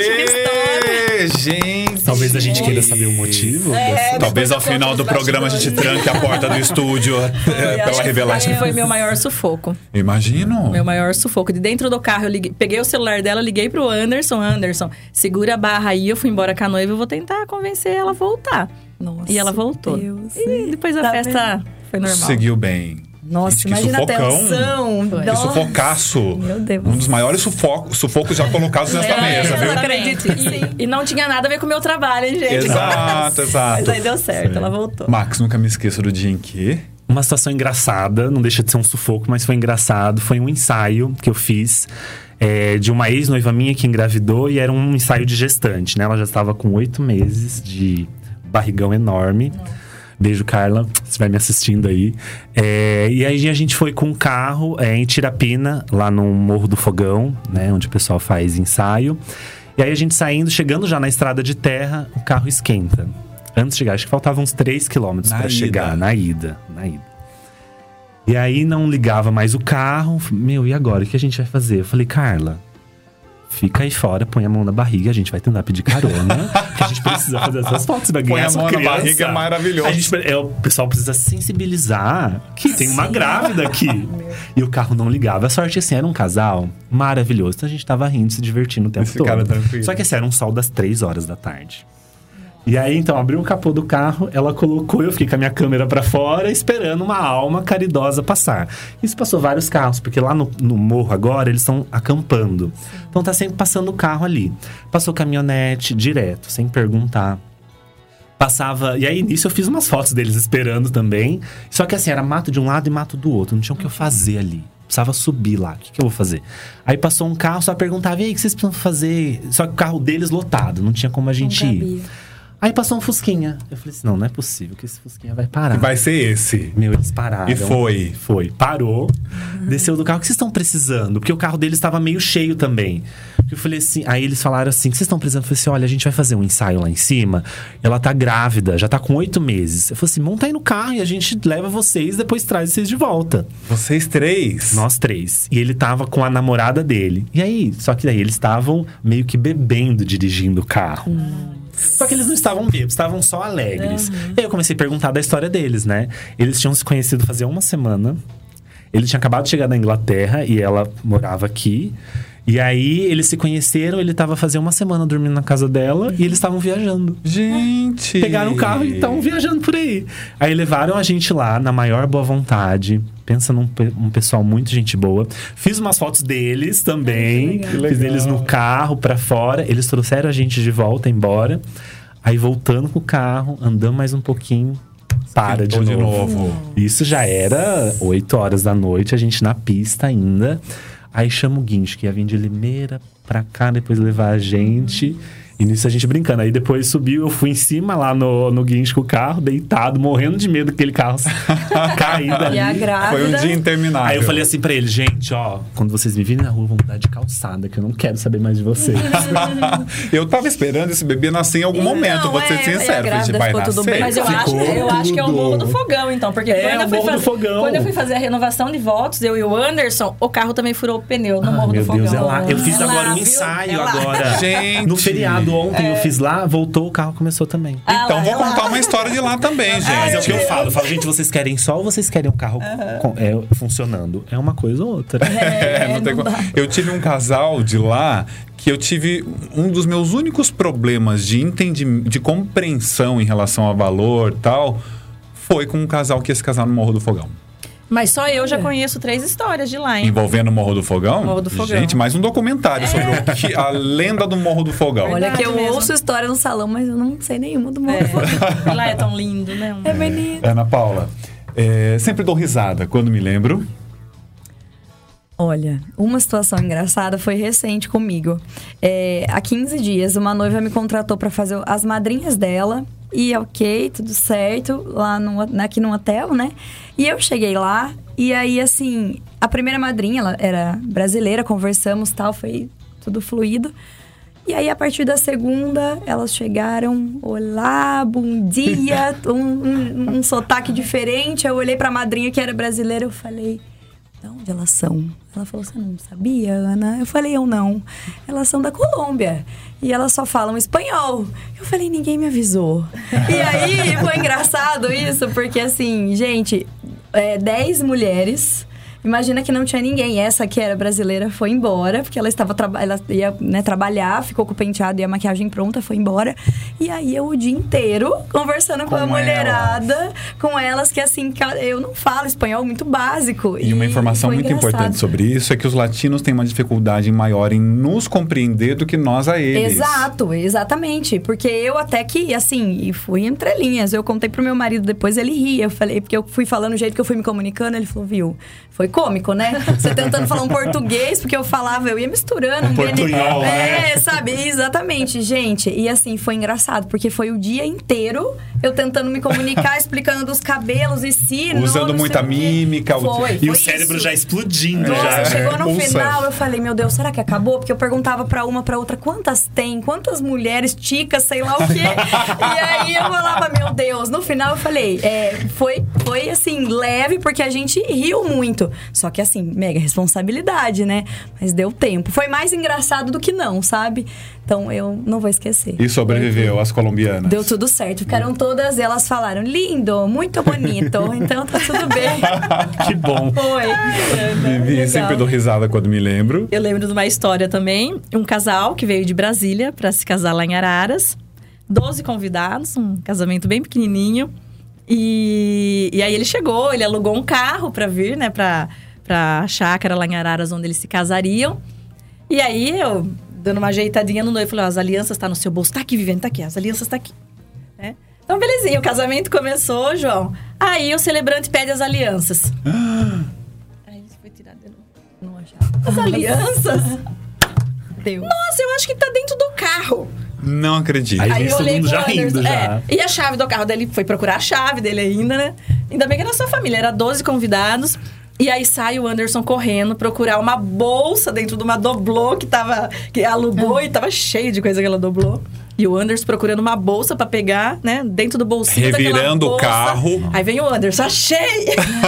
Ê, gente! Talvez a gente queira saber o motivo. É, dessa- Talvez ao Depois eu final conto do os programa a gente tranque a porta do estúdio é, pra ela revelar. Acho que foi meu maior sufoco. Imagino. Meu maior sufoco. De dentro do carro, eu liguei- peguei o celular dela, liguei pro Anderson. Anderson, segura a barra aí, eu fui embora com a noiva, eu vou tentar convencer ela a voltar. Nossa, E ela voltou. Deus. E depois a Tá festa foi normal. Seguiu bem. Nossa, Gente, que imagina sufocão. a tensão. Foi. Que Nossa. sufocaço. Meu Deus. Um dos maiores sufocos, sufocos já colocados nessa É, mesa, viu? exatamente. E, e não tinha nada a ver com o meu trabalho, hein, gente? Exato, exato. Mas aí deu certo, Sim. ela voltou. Max, nunca me esqueço do dia em que... Uma situação engraçada, não deixa de ser um sufoco, mas foi engraçado. Foi um ensaio que eu fiz é, de uma ex-noiva minha que engravidou e era um ensaio de gestante, né? Ela já estava com oito meses de barrigão enorme. Beijo, Carla, se estiver me assistindo aí. É, e aí a gente foi com um carro é, em Tirapina, lá no Morro do Fogão, né? Onde o pessoal faz ensaio. E aí a gente saindo, chegando já na estrada de terra, o carro esquenta. Antes de chegar, acho que faltavam uns três quilômetros Na para ida. chegar, na ida, na ida. E aí não ligava mais o carro. Meu, e agora? O que a gente vai fazer? Eu falei, Carla, fica aí fora, põe a mão na barriga, a gente vai tentar pedir carona. Que a gente precisa fazer essas fotos, vai Põe ganhar a sua mão na criança. barriga, é maravilhoso. A gente, é, o pessoal precisa sensibilizar que tem uma grávida aqui. E o carro não ligava. A sorte, assim, era um casal maravilhoso. Então a gente tava rindo, se divertindo o tempo Esse todo. cara tranquilo. Só que assim, era um sol das três horas da tarde. E aí, então, abriu o capô do carro, ela colocou, eu fiquei com a minha câmera pra fora, esperando uma alma caridosa passar. Isso passou vários carros, porque lá no, no morro agora, eles estão acampando. Então tá sempre passando o carro ali. Passou caminhonete, direto, sem perguntar. Passava... E aí, nisso, eu fiz umas fotos deles esperando também. Só que assim, era mato de um lado e mato do outro. Não tinha o que eu fazer ali. Precisava subir lá. O que, que eu vou fazer? Aí passou um carro, só perguntava, e aí, o que vocês precisam fazer? Só que o carro deles lotado, não tinha como a gente ir. cabia. Aí passou um Fusquinha. Eu falei assim, não, não é possível que esse Fusquinha vai parar. Vai ser esse. Meu, eles pararam. E foi. Foi. Parou. Desceu do carro. O que vocês estão precisando? Porque o carro deles estava meio cheio também. Eu falei assim... Aí eles falaram assim, o que vocês estão precisando? Eu falei assim, olha, a gente vai fazer um ensaio lá em cima. Ela tá grávida, já tá com oito meses. Eu falei assim, monta aí no carro e a gente leva vocês, depois traz vocês de volta. Vocês três. Nós três. E ele tava com a namorada dele. E aí, só que daí eles estavam meio que bebendo, dirigindo o carro. Só que eles não estavam bêbados, estavam só alegres. E aí eu comecei a perguntar da história deles, né? Eles tinham se conhecido fazia uma semana. Ele tinha acabado de chegar da Inglaterra e ela morava aqui. E aí, eles se conheceram, ele tava fazendo uma semana dormindo na casa dela e eles estavam viajando. Gente! Pegaram o carro e estavam viajando por aí. Aí levaram a gente lá, na maior boa vontade. Pensa num um pessoal muito gente boa. Fiz umas fotos deles também. Que legal. Fiz deles no carro, pra fora. Eles trouxeram a gente de volta embora. Aí voltando com o carro, andando mais um pouquinho. Para de novo. de novo. Isso já era oito horas da noite, a gente na pista ainda. Aí chama o guincho, que ia vir de Limeira pra cá, depois levar a gente. E nisso a gente brincando. Aí depois subiu, eu fui em cima lá no, no guincho com o carro, deitado, morrendo de medo daquele carro cair dali. E a grávida... Foi um dia interminável. Aí eu falei assim pra ele, gente, ó, quando vocês me virem na rua, vão mudar de calçada, que eu não quero saber mais de vocês. Eu tava esperando esse bebê nascer em algum Não, momento, vou ser é, sincero. e a Falei, grávida vai ficou nascer. tudo bem. Mas eu, Ficou acho, eu acho que é o tudo. Morro do Fogão, então. Porque É, quando, eu o fui Morro do fazer, Fogão. quando eu fui fazer a renovação de votos, eu e o Anderson, o carro também furou o pneu no Ah, Morro meu do Fogão. Deus, é lá. Eu fiz É agora lá, um viu? ensaio É lá. agora. Gente. No feriado ontem eu fiz lá, voltou, o carro começou também. Ah, Então lá, vou é lá. contar uma história de lá também, gente. Mas é o que eu falo, eu falo, gente, vocês querem só ou vocês querem um carro com- é, funcionando? É uma coisa ou outra. É, não tem não como. dá. Eu tive um casal de lá que eu tive um dos meus únicos problemas de entendimento, de compreensão em relação a valor e tal, foi com um casal que ia se casar no Morro do Fogão. Mas só eu já conheço três histórias de lá, hein? Envolvendo o Morro do Fogão? Morro do Fogão. Gente, mais um documentário sobre o que, a lenda do Morro do Fogão. Olha que eu Verdade mesmo. ouço história no salão, mas eu não sei nenhuma do Morro. É. Lá é tão lindo, né? É bonito. Ana Paula, é, sempre dou risada quando me lembro. Olha, uma situação engraçada foi recente comigo. É, há quinze dias, uma noiva me contratou para fazer as madrinhas dela. E ok, tudo certo, lá no, aqui no hotel, né? E eu cheguei lá, e aí, assim, a primeira madrinha, ela era brasileira, conversamos e tal, foi tudo fluido. E aí, a partir da segunda, elas chegaram, olá, bom dia, um, um, um sotaque diferente. Eu olhei pra madrinha que era brasileira, eu falei, de onde elas são? Ela falou, você não sabia, Ana? Eu falei, eu não. Elas são da Colômbia. E elas só falam espanhol. Eu falei, ninguém me avisou. E aí, foi engraçado isso, porque assim, gente, é, dez mulheres... Imagina que não tinha ninguém. Essa que era brasileira foi embora, porque ela estava traba- ela ia né, trabalhar, ficou com o penteado e a maquiagem pronta, foi embora. E aí eu o dia inteiro conversando com, Com a mulherada, elas. com elas, que assim, ca- eu não falo espanhol muito básico. E uma informação foi muito engraçado. importante sobre isso é que os latinos têm uma dificuldade maior em nos compreender do que nós a eles. Exato, exatamente. Porque eu até que, assim, e fui entre linhas. Eu contei pro meu marido depois, ele ria. Eu falei, porque eu fui falando o jeito que eu fui me comunicando, ele falou, viu, foi cômico, né? Você tentando falar um português, porque eu falava, eu ia misturando. Um portunhol, né? É, sabe? Exatamente, gente. E assim, foi engraçado, porque foi o dia inteiro eu tentando me comunicar, explicando dos cabelos e si, Usando não, não muita sei o quê. mímica. Foi, E foi o cérebro isso. já explodindo. Nossa, já. chegou no Pulsa. final, eu falei, meu Deus, será que acabou? Porque eu perguntava pra uma, pra outra, quantas tem? Quantas mulheres, ticas, sei lá o quê? E aí eu falava, meu Deus. No final eu falei, é, foi, foi assim, leve, porque a gente riu muito. Só que assim, mega responsabilidade, né? Mas deu tempo. Foi mais engraçado do que não, sabe? Então eu não vou esquecer. E sobreviveu as colombianas. Deu tudo certo. Ficaram todas, elas falaram, lindo, muito bonito. Então tá tudo bem. Que bom. Foi. Vivi, Legal. sempre dou risada quando me lembro. Eu lembro de uma história também. Um casal que veio de Brasília para se casar lá em Araras. Doze convidados, um casamento bem pequenininho. E, e aí ele chegou, ele alugou um carro para vir, né? Pra, pra chácara lá em Araras, onde eles se casariam. E aí eu, dando uma ajeitadinha no noivo, falei, ó, as alianças tá no seu bolso. Tá aqui, Viviane, tá aqui. As alianças tá aqui. Né? Então, belezinha. O casamento começou, João. Aí o celebrante pede as alianças. Aí ele foi tirar de novo. Não achava. As alianças? Deus. Nossa, eu acho que tá dentro do carro. Não acredito. Aí Aí vem eu todo olhei mundo pro já rindo Anderson. já. É, e a chave do carro dele, foi procurar a chave dele ainda, né? Ainda bem que era sua família, era doze convidados. E aí sai o Anderson correndo procurar uma bolsa dentro de uma doblô que tava... Que alugou e tava cheio de coisa que ela doblou. E o Anderson procurando uma bolsa pra pegar, né? Dentro do bolsinho Revirando o carro. Aí vem o Anderson, achei!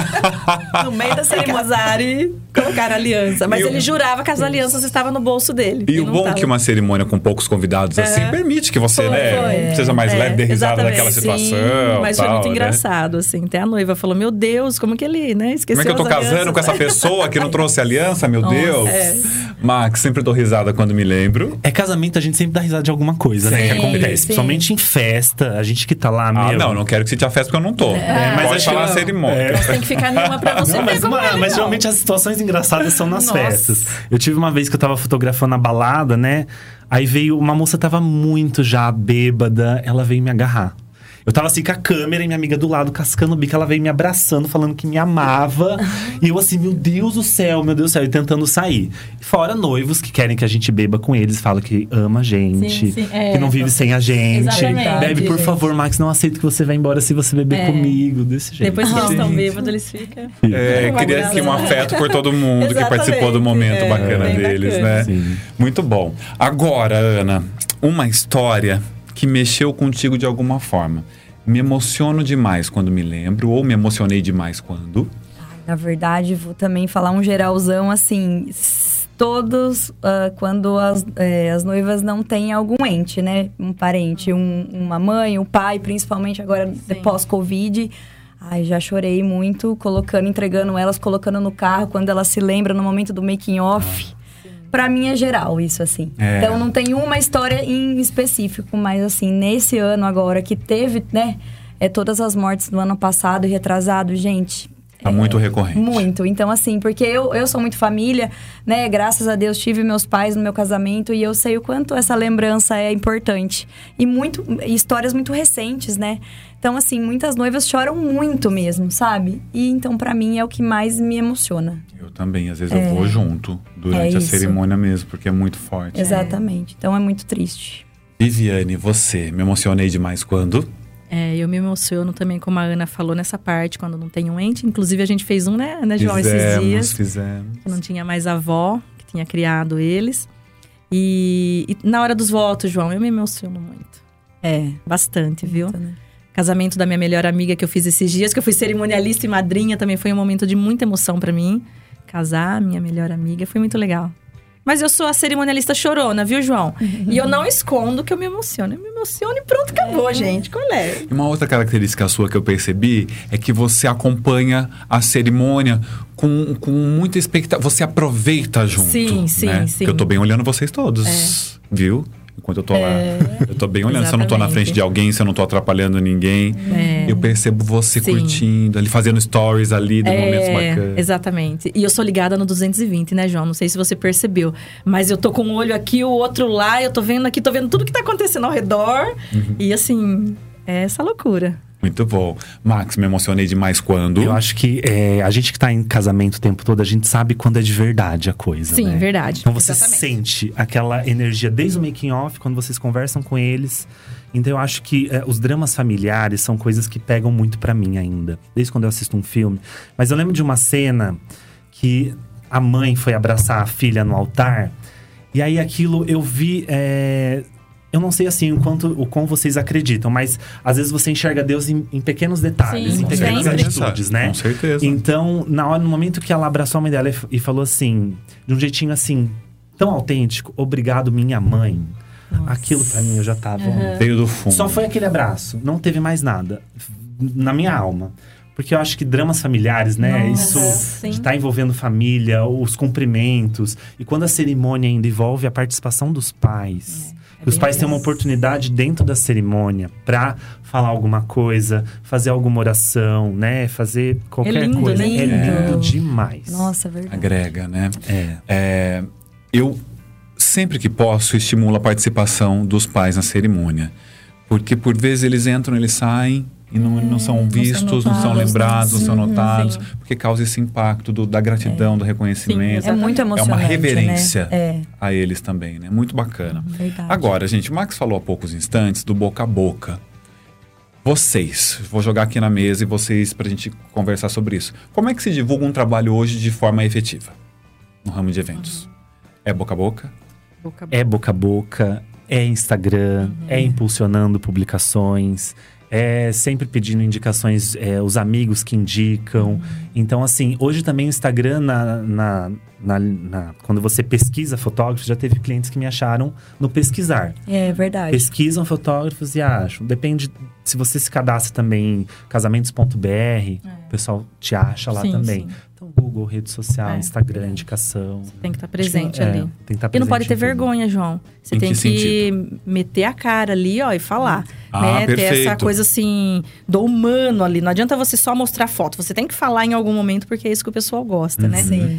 No meio da cerimônia e colocaram a aliança. Mas E o- ele jurava que as alianças estavam no bolso dele. E o não bom é tava. que uma cerimônia com poucos convidados assim É. permite que você, Foi, né, foi. seja mais É, leve, dê risada exatamente. daquela Sim, situação. mas tal, foi muito né? engraçado, assim. Até a noiva falou, meu Deus, como que ele, né, esqueceu Como é que eu tô as casando alianças, com essa né? pessoa que não trouxe aliança, meu Deus? é. Max, sempre dou risada quando me lembro. É casamento, a gente sempre dá risada de alguma coisa, né? Que Sim, acontece. sim. Principalmente em festa, a gente que tá lá, Ah, meu. não, não quero que você te afeste porque eu não tô. mas Pode acho falar que- a cerimônia. É. Tem que ficar nenhuma pra você. Não, mas, pegou uma- ele, mas não. geralmente as situações engraçadas são nas Nossa. festas. Eu tive uma vez que eu tava fotografando a balada, né? Aí veio uma moça, tava muito já bêbada, ela veio me agarrar. Eu tava assim com a câmera e minha amiga do lado, cascando o bico, ela veio me abraçando, falando que me amava. E eu assim, meu Deus do céu, meu Deus do céu, e tentando sair. Fora noivos que querem que a gente beba com eles, falam que ama a gente, Sim, sim, é. que não vive sem a gente. Exatamente. Bebe, por favor, Max, não aceito que você vá embora se você beber É. comigo, desse jeito. Depois que eles Gente. estão bêbados, eles ficam… É, Uma queria graça, aqui um né? afeto por todo mundo que Exatamente. participou do momento É, bacana bem deles, bacana. né? Sim. Muito bom. Agora, Ana, uma história que mexeu contigo de alguma forma. Me emociono demais quando me lembro, ou me emocionei demais quando. Na verdade, vou também falar um geralzão, assim… s- Todos, ah, quando as, eh, as noivas não têm algum ente, né? Um parente, um- uma mãe, um pai, principalmente agora Sim. pós-Covid. Ai, já chorei muito, colocando, entregando elas, colocando no carro, quando elas se lembram no momento do making off. Pra mim é geral isso, assim. É. Então não tem uma história em específico, mas assim, nesse ano agora que teve, né? É, todas as mortes do ano passado e retrasado, gente… Tá muito recorrente. Muito. Então, assim, porque eu, eu sou muito família, né? Graças a Deus tive meus pais no meu casamento e eu sei o quanto essa lembrança é importante. E muito e histórias muito recentes, né? Então, assim, muitas noivas choram muito mesmo, sabe? E então, pra mim, é o que mais me emociona. Eu também, às vezes eu vou junto durante É a isso. cerimônia mesmo, porque é muito forte. Exatamente. Então, é muito triste. Viviane, você, me emocionei demais quando? É, eu me emociono também, como a Ana falou, nessa parte, quando não tem um ente. Inclusive, a gente fez um, né, né João, esses Fizemos, dias. fizemos. Eu não tinha mais avó, que tinha criado eles. E, e na hora dos votos, João, eu me emociono muito. É. Bastante, viu? Muito, né? Casamento da minha melhor amiga que eu fiz esses dias, que eu fui cerimonialista e madrinha, também foi um momento de muita emoção pra mim. Casar, minha melhor amiga, foi muito legal. Mas eu sou a cerimonialista chorona, viu, João? E eu não escondo que eu me emociono. Eu me emociono e pronto, acabou, gente. Qual é? E uma outra característica sua que eu percebi é que você acompanha a cerimônia com, com muita expectativa. Você aproveita junto. Sim, sim, né? sim. Porque eu tô bem olhando vocês todos, viu? Enquanto eu tô lá. Eu tô bem olhando. Se eu não tô na Exatamente. frente de alguém, se eu não tô atrapalhando ninguém. É. Eu percebo você Sim. curtindo, ali fazendo stories ali de momentos bacanas. Exatamente. E eu sou ligada no duzentos e vinte, né, João? Não sei se você percebeu. Mas eu tô com um olho aqui, o outro lá. Eu tô vendo aqui, tô vendo tudo que tá acontecendo ao redor. Uhum. E assim, é essa loucura. Muito bom. Max, me emocionei demais quando. Eu acho que é, a gente que tá em casamento o tempo todo, a gente sabe quando é de verdade a coisa, Sim, né? verdade. Então você Exatamente. sente aquela energia desde o making off, quando vocês conversam com eles. Então eu acho que é, os dramas familiares são coisas que pegam muito pra mim ainda. Desde quando eu assisto um filme. Mas eu lembro de uma cena que a mãe foi abraçar a filha no altar. E aí aquilo eu vi… é, eu não sei assim o quanto o quão vocês acreditam, mas às vezes você enxerga Deus em, em pequenos detalhes, Sim, em pequenas sempre. atitudes, né? Com certeza. Então, na hora, no momento que ela abraçou a mãe dela e, f- e falou assim, de um jeitinho assim, tão autêntico, obrigado, minha mãe. Aquilo pra mim eu já tava. Veio do fundo. Só foi aquele abraço, não teve mais nada na minha alma. Porque eu acho que dramas familiares, né? Nossa, Isso sim. de estar envolvendo família, os cumprimentos. E quando a cerimônia ainda envolve a participação dos pais. É, é Os bem pais têm uma isso. oportunidade dentro da cerimônia pra falar alguma coisa, fazer alguma oração, né? Fazer qualquer É lindo, coisa. né? É lindo É. demais. Nossa, é verdade. Agrega, né? É. É, eu, sempre que posso, estimulo a participação dos pais na cerimônia. Porque, por vezes, eles entram, eles saem e não, não são não são vistos, não são notados, lembrados, não são sim, notados. sim. Porque causa esse impacto do- da gratidão, do reconhecimento. É muito É uma emocionante, reverência né? É, a eles também, né? Muito bacana. verdade. Agora, gente, o Max falou há poucos instantes do boca a boca. Vocês, vou jogar aqui na mesa e vocês, pra gente conversar sobre isso. Como é que se divulga um trabalho hoje de forma efetiva no ramo de eventos? É boca a boca? Boca a boca. É boca a boca. é Instagram, Uhum. é impulsionando publicações, é sempre pedindo indicações, é, os amigos que indicam. Uhum. Então, assim, hoje também o Instagram, na, na, na, na- quando você pesquisa fotógrafos, já teve clientes que me acharam no pesquisar. É verdade. Pesquisam fotógrafos e acham. Depende, se você se cadastra também em casamentos ponto b r, o pessoal te acha lá Sim, também. sim. Então, Google, rede social, É, Instagram, verdade. indicação. Tem que estar presente É, ali. tem que estar E não presente pode ter em tudo. vergonha, João. Você Em tem que que, sentido? meter a cara ali, ó, e falar. Ah, né? Ter essa perfeito. coisa assim, do humano ali. Não adianta você só mostrar foto. Você tem que falar em algum momento, porque é isso que o pessoal gosta, né? Sim.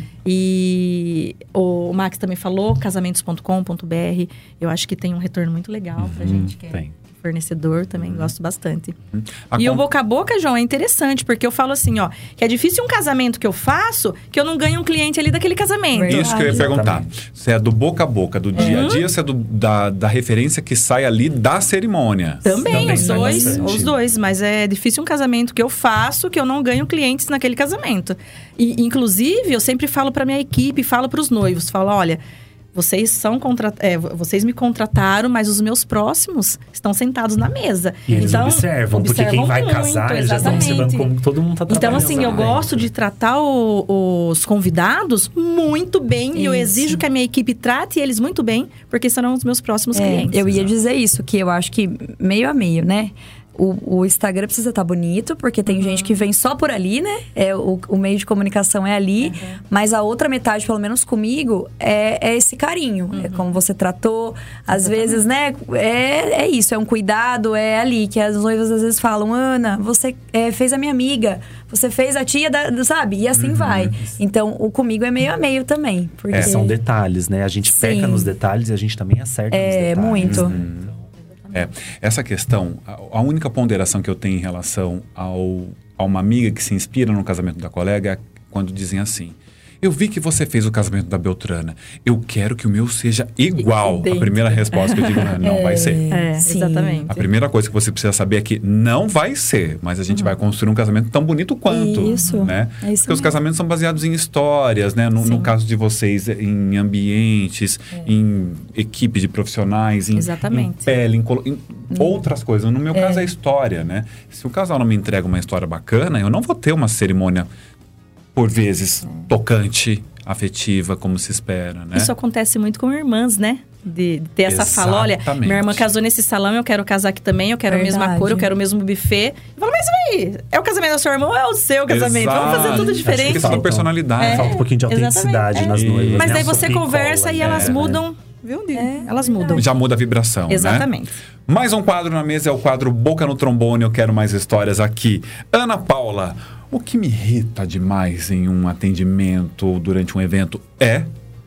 E o Max também falou, casamentos ponto com ponto b r. Eu acho que tem um retorno muito legal pra gente, que é tem. fornecedor, também gosto bastante. A E o con- boca a boca, João, é interessante, porque eu falo assim, ó, que é difícil um casamento que eu faço, que eu não ganho um cliente ali daquele casamento. Verdade. Isso que eu ia perguntar. Exatamente. Se é do boca a boca, do dia a dia, se é do- da, da referência que sai ali da cerimônia. Também, Também os sai dois, bastante. os dois, mas é difícil um casamento que eu faço que eu não ganho clientes naquele casamento. E inclusive, eu sempre falo pra minha equipe, falo pros noivos, falo, olha, vocês são contra... é, vocês me contrataram, mas os meus próximos estão sentados na mesa. E eles Então, observam, porque quem observam vai muito, casar, eles já estão exatamente. observando como todo mundo tá Então, trabalhando. assim, eu gosto de tratar o- os convidados muito bem. E eu Isso. exijo que a minha equipe trate eles muito bem, porque serão os meus próximos É, clientes. eu ia dizer isso, que eu acho que meio a meio, né? O, o Instagram precisa estar bonito, porque tem gente que vem só por ali, né? É, o, o meio de comunicação é ali. Mas a outra metade, pelo menos comigo, é, é esse carinho. É como você tratou. Às vezes, né? É, é isso, é um cuidado, é ali. Que as noivas às vezes falam, Ana, você é, fez a minha amiga. Você fez a tia, da, do- sabe? E assim vai. Então, o comigo é meio a meio também. Porque... É, São detalhes, né? A gente peca Sim. nos detalhes e a gente também acerta nos É, detalhes. muito. né? Então, É, essa questão, a, a única ponderação que eu tenho em relação ao, a uma amiga que se inspira no casamento da colega é quando dizem assim: eu vi que você fez o casamento da Beltrana. Eu quero que o meu seja igual. A Idêntico. primeira resposta que eu digo, não, não vai ser. É, Sim. exatamente. A primeira coisa que você precisa saber é que não vai ser, mas a gente vai construir um casamento tão bonito quanto. Isso. Né? É isso Porque os mesmo. casamentos são baseados em histórias, né? No, no Sim. caso de vocês, em ambientes, em equipe de profissionais, em, Exatamente. em pele, em, colo- em outras coisas. No meu caso é história, né? Se o casal não me entrega uma história bacana, eu não vou ter uma cerimônia, por vezes, tocante, afetiva, como se espera, né? Isso acontece muito com irmãs, né? De, de ter essa fala, olha, Exatamente. minha irmã casou nesse salão, eu quero casar aqui também, eu quero a mesma Verdade. cor, eu quero o mesmo buffet. Eu falo, mas aí, é o casamento da sua irmã ou é o seu casamento? Vamos fazer Exato. tudo Acho diferente. que são personalidade. Falta um pouquinho de autenticidade Exatamente, nas é. noivas. Mas né? daí A você Sofia conversa cola, e né? elas É. mudam, viu? Di? É, elas é mudam. Já muda a vibração, Exatamente. né? Mais um quadro na mesa é o quadro Boca no Trombone. Eu quero mais histórias aqui. Ana Paula, o que me irrita demais em um atendimento durante um evento é...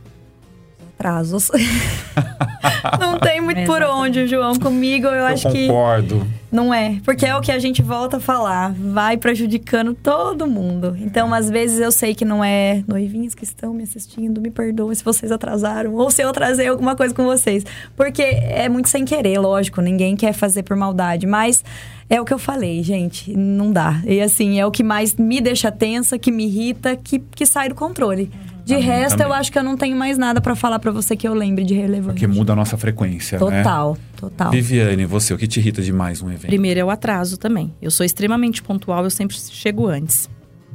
Prazos. Não tem muito por Exatamente. onde, João. Comigo, eu, Eu acho que concordo. não é. Porque é o que a gente volta a falar. Vai prejudicando todo mundo. Então, às vezes, eu sei que não é noivinhas que estão me assistindo. Me perdoem se vocês atrasaram. Ou se eu atrasei alguma coisa com vocês. Porque é muito sem querer, lógico. Ninguém quer fazer por maldade. Mas é o que eu falei, gente. Não dá. E assim, é o que mais me deixa tensa, que me irrita, que, que sai do controle. De Também, resto, também. eu acho que eu não tenho mais nada pra falar pra você que eu lembre de relevante. Porque muda a nossa frequência, né? Total, total. Viviane, você, o que te irrita demais num evento? Primeiro é o atraso também. Eu sou extremamente pontual, eu sempre chego antes.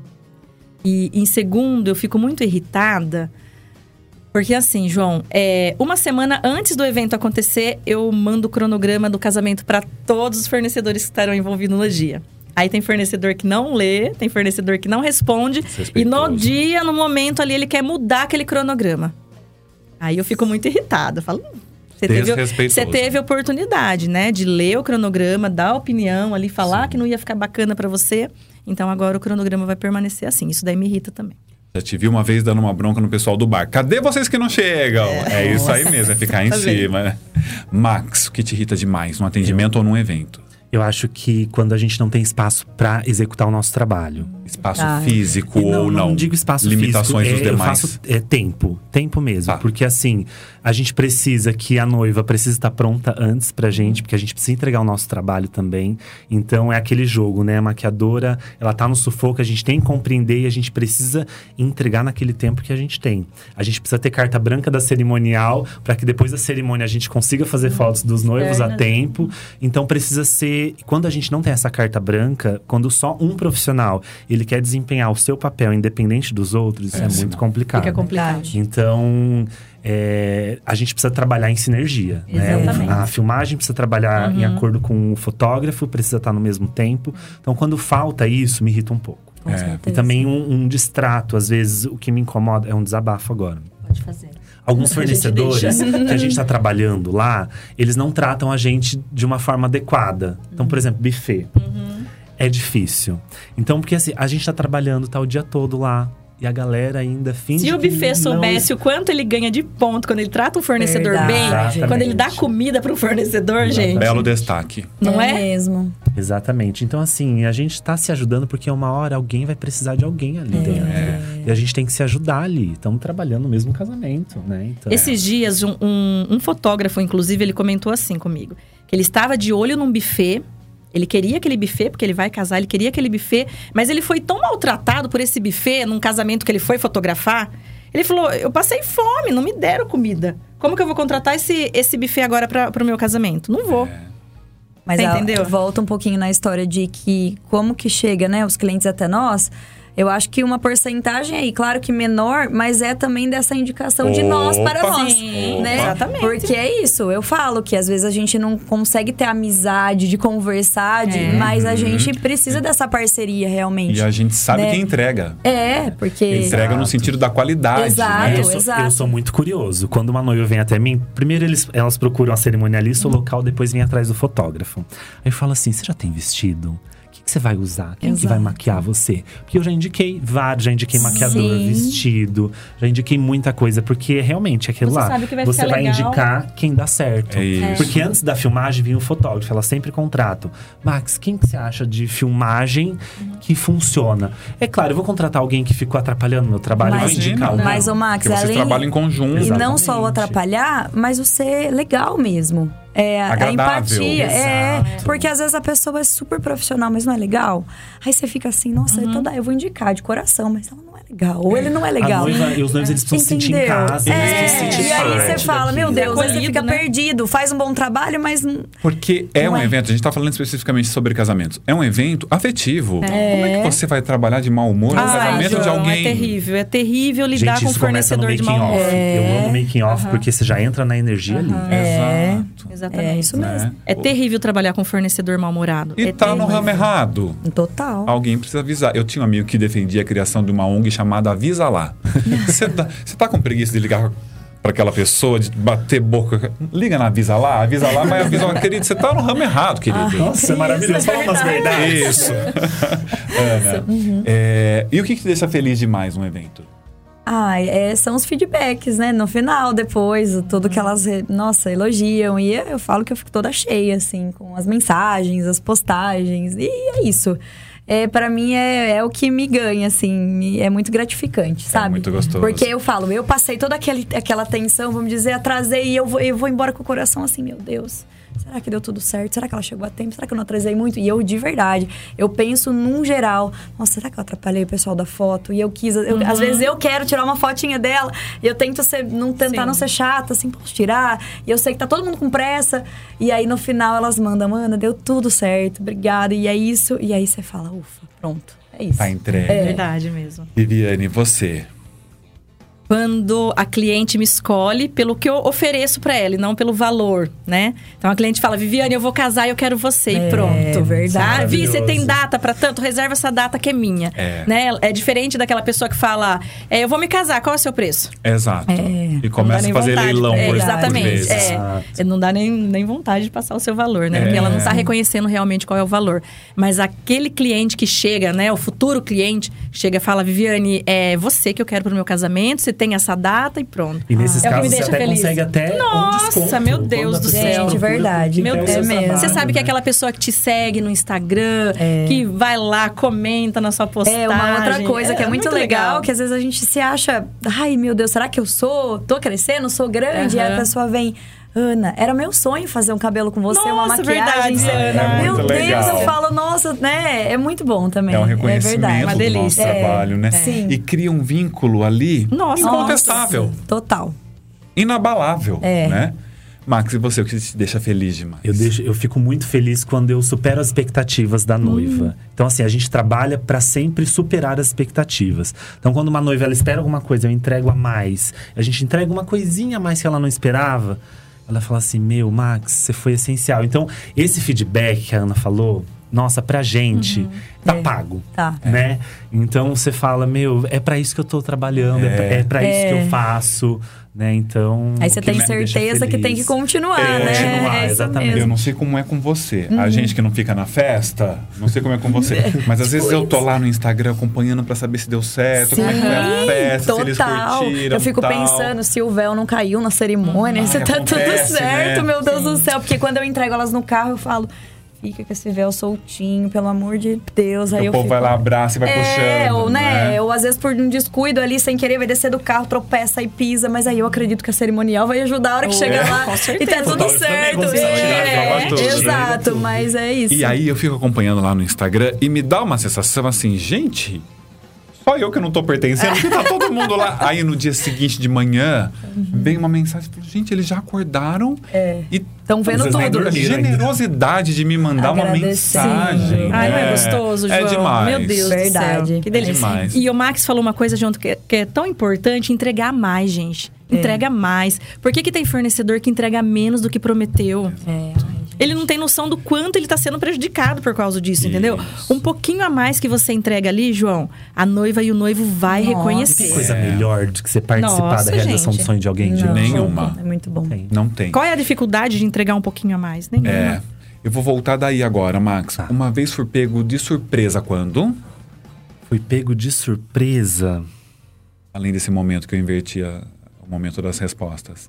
E em segundo, eu fico muito irritada. Porque assim, João, é, uma semana antes do evento acontecer, eu mando o cronograma do casamento para todos os fornecedores que estarão envolvidos no dia. Aí tem fornecedor que não lê, tem fornecedor que não responde. E no Desrespeitoso. dia, no momento ali, ele quer mudar aquele cronograma. Aí eu fico muito irritada. Eu falo, "Hum, você teve, Desrespeitoso. você teve oportunidade, né? De ler o cronograma, dar opinião ali, falar Sim. que não ia ficar bacana para você. Então agora o cronograma vai permanecer assim. Isso daí me irrita também. Já te vi uma vez dando uma bronca no pessoal do bar. Cadê vocês que não chegam? É, isso aí mesmo, é ficar em Tá vendo? cima. Max, o que te irrita demais num atendimento ou num evento? Eu acho que quando a gente não tem espaço para executar o nosso trabalho. Espaço Ah. físico E não, ou não? não digo espaço Limitações físico. dos é, demais. Eu faço é, tempo, tempo mesmo. Tá. Porque assim, a gente precisa que a noiva precisa estar pronta antes pra gente, porque a gente precisa entregar o nosso trabalho também. Então é aquele jogo, né? A maquiadora, ela tá no sufoco, a gente tem que compreender e a gente precisa entregar naquele tempo que a gente tem. A gente precisa ter carta branca da cerimonial para que depois da cerimônia a gente consiga fazer fotos dos noivos a tempo. Então precisa ser, quando a gente não tem essa carta branca, quando só um profissional, ele quer desempenhar o seu papel independente dos outros, isso é, É, muito sim. complicado. Fica complicado. Então, é, a gente precisa trabalhar em sinergia. Né? Exatamente. A filmagem precisa trabalhar Uhum. em acordo com o fotógrafo, precisa estar no mesmo tempo. Então, quando falta isso, me irrita um pouco. Com É. certeza. E também um, um distrato. Às vezes, o que me incomoda é um desabafo agora. Pode fazer. Alguns A gente fornecedores deixa. que a gente está trabalhando lá, eles não tratam a gente de uma forma adequada. Então, por exemplo, buffet. É difícil. Então, porque assim, a gente está trabalhando, tá o dia todo lá. E a galera ainda finge Se o que buffet não- soubesse o quanto ele ganha de ponto quando ele trata o fornecedor Verdade. bem, Exatamente. quando ele dá comida pro fornecedor, gente. Belo destaque. Não é? mesmo. Exatamente. Então, assim, a gente tá se ajudando porque uma hora alguém vai precisar de alguém ali dentro. E a gente tem que se ajudar ali. Estamos trabalhando no mesmo casamento, né? Então, Esses dias, um, um, um fotógrafo, inclusive, ele comentou assim comigo. Que ele estava de olho num buffet. Ele queria aquele buffet, porque ele vai casar, ele queria aquele buffet. Mas ele foi tão maltratado por esse buffet, num casamento que ele foi fotografar. Ele falou, eu passei fome, não me deram comida. Como que eu vou contratar esse, esse buffet agora para o meu casamento? Não vou. Mas Você a- entendeu? volta um pouquinho na história de que como que chega, né, os clientes até nós. Eu acho que uma porcentagem aí, claro que menor, mas é também dessa indicação de nós para Opa! nós, Sim, né? exatamente. Porque é isso, eu falo que às vezes a gente não consegue ter amizade, de conversar, de- É. mas a gente precisa dessa parceria realmente. E a gente sabe né? quem entrega. É, porque… Entrega no sentido da qualidade, Exato. né? eu, sou, exato. eu sou muito curioso. Quando uma noiva vem até mim, primeiro eles, elas procuram a cerimonialista, o local, depois vem atrás do fotógrafo. Aí eu falo assim: você já tem vestido? O que, que você vai usar? Quem que Exato. vai maquiar você? Porque eu já indiquei vários, já indiquei maquiador, Sim. vestido, já indiquei muita coisa. Porque realmente aquilo Você lá, sabe que vai você ficar vai legal. indicar quem dá certo. É isso. Porque antes da filmagem vinha o fotógrafo, ela sempre contrata. Max, quem que você acha de filmagem que funciona? É claro, eu vou contratar alguém que ficou atrapalhando meu trabalho, eu vou Mas- indicar alguém. Mas, ô Max, Porque vocês além… trabalham em conjunto. E não Exatamente. só o atrapalhar, mas o ser legal mesmo. É, a Agradável. empatia. É, Exato. porque às vezes a pessoa é super profissional, mas não é legal. Aí você fica assim, nossa, Uhum. eu, toda, eu vou indicar de coração, mas ela não é legal. Ou ele não é legal. A noiva e os noivos, eles precisam se sentir em Entendeu? casa, eles É, precisam se sentir e aí parte você fala, meu daquilo. Deus, aí você Acolhido, fica né? perdido, faz um bom trabalho, mas não- Porque é Não um é. evento, a gente tá falando especificamente sobre casamentos. É um evento afetivo. Como é que você vai trabalhar de mau humor no Ah, casamento de João, alguém? É terrível, é terrível lidar Gente, com um isso começa no fornecedor de making mau humor. off. Eu amo making off, porque você já entra na energia ali. É. Exato. Exatamente. é isso mesmo. Né? É terrível trabalhar com um fornecedor mal-humorado. E é tá no terrível. ramo errado. Total. Alguém precisa avisar. Eu tinha um amigo que defendia a criação de uma O N G chamada Avisa Lá. Você tá, você tá com preguiça de ligar para aquela pessoa, de bater boca? Liga na Avisa Lá, avisa lá, mas avisa lá, querido, você tá no ramo errado, querido. Nossa, é maravilhoso. Fala umas verdades. Isso. Ana, é, e o que, que te deixa feliz demais num evento? Ah, é, são os feedbacks, né? No final, depois, tudo que elas, nossa, elogiam. E eu falo que eu fico toda cheia, assim, com as mensagens, as postagens. E é isso. É, para mim, é, é o que me ganha, assim. me- É muito gratificante, sabe? muito gostoso. Porque eu falo, eu passei toda aquele, aquela tensão, vamos dizer, atrasei. E eu vou, eu vou embora com o coração assim, meu Deus… Será que deu tudo certo? Será que ela chegou a tempo? Será que eu não atrasei muito? E eu, de verdade, eu penso num geral. Nossa, será que eu atrapalhei o pessoal da foto? E eu quis… eu- Às vezes eu quero tirar uma fotinha dela. E eu tento ser, não, tentar Sim. não ser chata, assim, posso tirar. E eu sei que tá todo mundo com pressa. E aí, no final, elas mandam… Mana, deu tudo certo, obrigada. E é isso. E aí, você fala, ufa, pronto. É isso. Tá entregue. É verdade mesmo. Viviane, você? Quando a cliente me escolhe pelo que eu ofereço pra ela e não pelo valor, né? Então a cliente fala, Viviane, eu vou casar e eu quero você. E É, pronto. verdade. Ah, Vi, você tem Maravilhoso. data pra tanto? Reserva essa data que é minha. É. Né? É diferente daquela pessoa que fala, é, eu vou me casar, qual é o seu preço? Exato. É. E Não começa dá a nem fazer vontade. leilão É, por, exatamente. por vezes. É. Exato. É, não dá nem, nem vontade de passar o seu valor, né? É. Porque ela não está reconhecendo realmente qual é o valor. Mas aquele cliente que chega, né? O futuro cliente, chega e fala, Viviane, é você que eu quero pro meu casamento, você tem essa data e pronto. E nesses É o que me casos você deixa até feliz. consegue até Nossa, um desconto. meu Deus quando a do pessoa céu. te procura, Verdade. porque Meu quer o Deus, seu mesmo. Você trabalho, sabe que é né? aquela pessoa que te segue no Instagram, É. que vai lá, comenta na sua postagem. É, uma outra coisa que é muito, legal, que às vezes a gente se acha, ai meu Deus, será que eu sou? Tô crescendo, sou grande? E aí a Aham. pessoa vem, Ana, era meu sonho fazer um cabelo com você, uma Nossa, maquiagem. verdade, Você- Ana. É meu muito Deus, legal. eu falo, nossa, né? É muito bom também. É um verdade. reconhecimento Uma do delícia. nosso É, trabalho, né? sim. E cria um vínculo ali Nossa. incontestável, Nossa, total. inabalável, É. né? Max, e você, o que te deixa feliz demais? Eu, deixo, eu fico muito feliz quando eu supero as expectativas da noiva. Então, assim, a gente trabalha pra sempre superar as expectativas. Então, quando uma noiva ela espera alguma coisa, eu entrego a mais. A gente entrega uma coisinha a mais que ela não esperava. Ela fala assim, meu, Max, você foi essencial. Então, esse feedback que a Ana falou, nossa, pra gente, tá É. pago. Tá. Né? Então, você fala, meu, é pra isso que eu tô trabalhando. É, É. pra, é pra isso É. que eu faço. Né? Então, Aí você o que tem me deixa certeza que tem feliz. que continuar, É, né? continuar, É isso exatamente. mesmo. Eu não sei como é com você. A gente que não fica na festa, não sei como é com você. Mas às vezes eu tô lá no Instagram acompanhando pra saber se deu certo, como é que foi a festa, se eles total. curtiram. Eu fico tal. pensando se o véu não caiu na cerimônia, Hum, se ai, tá tudo acontece, certo, né? meu Deus do céu. Porque quando eu entrego elas no carro, eu falo, fica com esse véu soltinho, pelo amor de Deus. Aí O eu povo fico... vai lá, abraça e vai É, puxando. ou né, né? ou às vezes por um descuido ali, sem querer, vai descer do carro, tropeça e pisa. Mas aí eu acredito que a cerimonial vai ajudar a hora que Oh, chega é, lá. com E certeza. tá tudo Fotógrafo também, certo. quando você vai tirar É, foto, tira exato, tudo. mas é isso. E aí eu fico acompanhando lá no Instagram e me dá uma sensação assim, gente, só eu que não tô pertencendo, porque tá todo mundo lá. Aí no dia seguinte de manhã, vem uma mensagem, falo, gente, eles já acordaram É. e Tão vendo Vocês nem tudo. a dormiram ainda. generosidade de me mandar uma Agradecendo. mensagem. Ai, não é É, gostoso, João? É demais. Meu Deus Verdade. do céu. Que delícia. É demais. E o Max falou uma coisa junto que é, que é tão importante, entregar mais, gente. Entrega mais. Por que que tem fornecedor que entrega menos do que prometeu? É. Ele não tem noção do quanto ele tá sendo prejudicado por causa disso, entendeu? Um pouquinho a mais que você entrega ali, João, a noiva e o noivo vai Nossa. reconhecer. Tem coisa melhor do que você participar Nossa, da realização gente. do sonho de alguém, gente. Não, Nenhuma. É muito bom. Tem. Não tem. Qual é a dificuldade de entregar um pouquinho a mais? Nenhuma. É. Eu vou voltar daí agora, Max. Tá. Uma vez fui pego de surpresa quando? Fui pego de surpresa. Além desse momento que eu invertia o momento das respostas.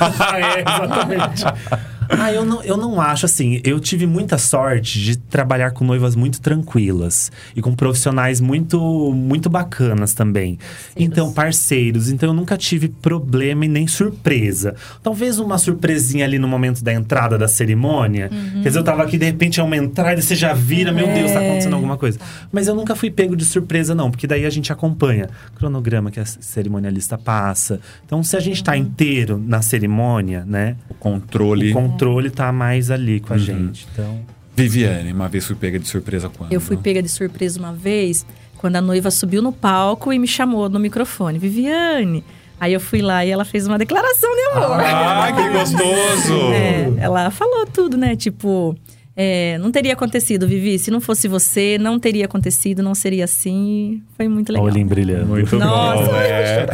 é, exatamente. Ah, eu não, eu não acho assim. Eu tive muita sorte de trabalhar com noivas muito tranquilas e com profissionais muito, muito bacanas também. Então, parceiros. Então, eu nunca tive problema e nem surpresa. Talvez uma surpresinha ali no momento da entrada da cerimônia. Quer dizer, eu tava aqui, de repente, é uma entrada e você já vira, meu Deus, tá acontecendo alguma coisa. Mas eu nunca fui pego de surpresa, não. Porque daí a gente acompanha o cronograma que a cerimonialista passa. Então, se a gente tá inteiro na cerimônia, né? O controle. O controle tá mais ali com a Uhum. gente. Então, Viviane, uma vez fui pega de surpresa quando? Eu fui pega de surpresa uma vez, quando a noiva subiu no palco e me chamou no microfone. Viviane. Aí eu fui lá e ela fez uma declaração de amor. Ah, que gostoso! É, ela falou tudo, né? Tipo, é, não teria acontecido, Vivi. Se não fosse você, não teria acontecido, não seria assim. Foi muito legal. olhem brilhando. Muito Nossa, bom, é.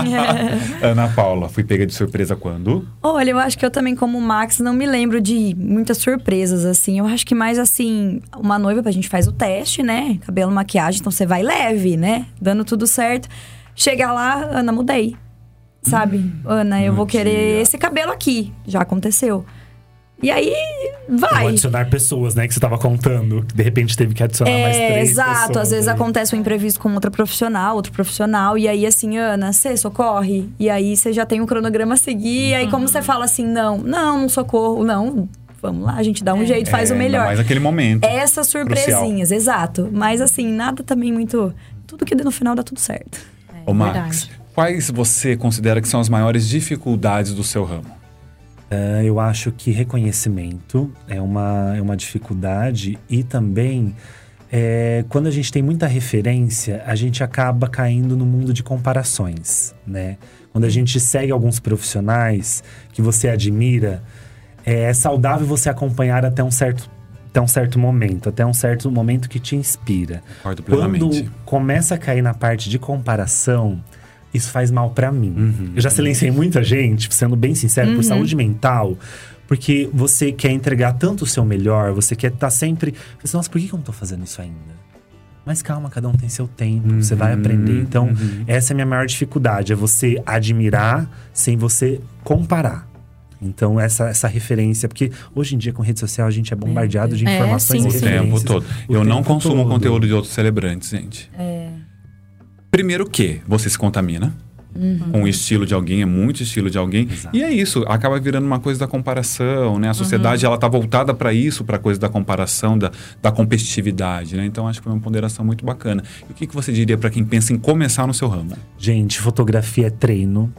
Ana Paula, fui pega de surpresa quando? Olha, eu acho que eu também, como Max, não me lembro de muitas surpresas, assim. Eu acho que mais, assim, uma noiva, a gente faz o teste, né? Cabelo, maquiagem, então você vai leve, né? Dando tudo certo. Chega lá, Ana, mudei. Sabe? Ana, eu no vou querer dia. esse cabelo aqui. Já aconteceu. E aí, Vou vai. adicionar pessoas, né? Que você tava contando. Que de repente teve que adicionar mais É, três exato. pessoas Às vezes aí. acontece um imprevisto com outra profissional, outro profissional. E aí, assim, Ana, você socorre? E aí, você já tem um cronograma a seguir. E aí, como você fala assim, não, não, não socorro, não. Vamos lá, a gente dá um jeito, faz É, o melhor. ainda mais naquele momento. Essas surpresinhas, exato. Mas assim, nada também muito... Tudo que no final dá tudo certo. Ô, Max, verdade. quais você considera que são as maiores dificuldades do seu ramo? É, eu acho que reconhecimento é uma, é uma dificuldade. E também, é, quando a gente tem muita referência, a gente acaba caindo no mundo de comparações, né? Quando a gente segue alguns profissionais que você admira, é saudável você acompanhar até um certo, até um certo momento, até um certo momento que te inspira. Concordo plenamente. Quando começa a cair na parte de comparação, isso faz mal pra mim. Uhum. Eu já silenciei muita gente, sendo bem sincero, por saúde mental. Porque você quer entregar tanto o seu melhor, você quer estar sempre... Você, nossa, por que eu não tô fazendo isso ainda? Mas calma, cada um tem seu tempo, uhum, você vai aprender. Então, uhum. essa é a minha maior dificuldade, é você admirar sem você comparar. Então, essa, essa referência, porque hoje em dia com rede social a gente é bombardeado de informações é, sim, e referências. O tempo todo. O Eu tempo não consumo todo. conteúdo de outros celebrantes, gente. É. Primeiro que você se contamina. Uhum. Com o estilo de alguém, é muito estilo de alguém. Exato. E é isso, acaba virando uma coisa da comparação, né? A sociedade, uhum. ela tá voltada para isso, para a coisa da comparação, da, da competitividade, né? Então, acho que é uma ponderação muito bacana. E o que, que você diria para quem pensa em começar no seu ramo? Gente, fotografia é treino.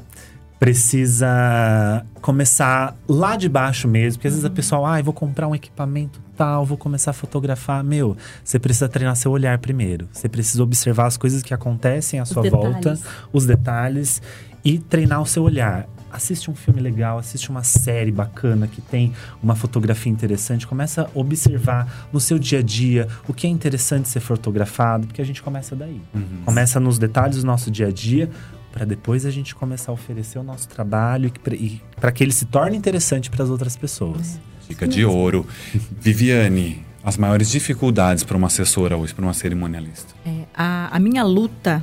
Precisa começar lá de baixo mesmo. Porque às vezes a pessoa, ah, eu vou comprar um equipamento tal, vou começar a fotografar. Meu, você precisa treinar seu olhar primeiro. Você precisa observar as coisas que acontecem à sua volta, os detalhes, e treinar o seu olhar. Assiste um filme legal, assiste uma série bacana que tem uma fotografia interessante. Começa a observar no seu dia a dia o que é interessante ser fotografado, porque a gente começa daí. Uhum. Começa nos detalhes do nosso dia a dia, para depois a gente começar a oferecer o nosso trabalho e para que ele se torne interessante para as outras pessoas. Dica de ouro. Viviane, as maiores dificuldades para uma assessora hoje, para uma cerimonialista? É, a, a minha luta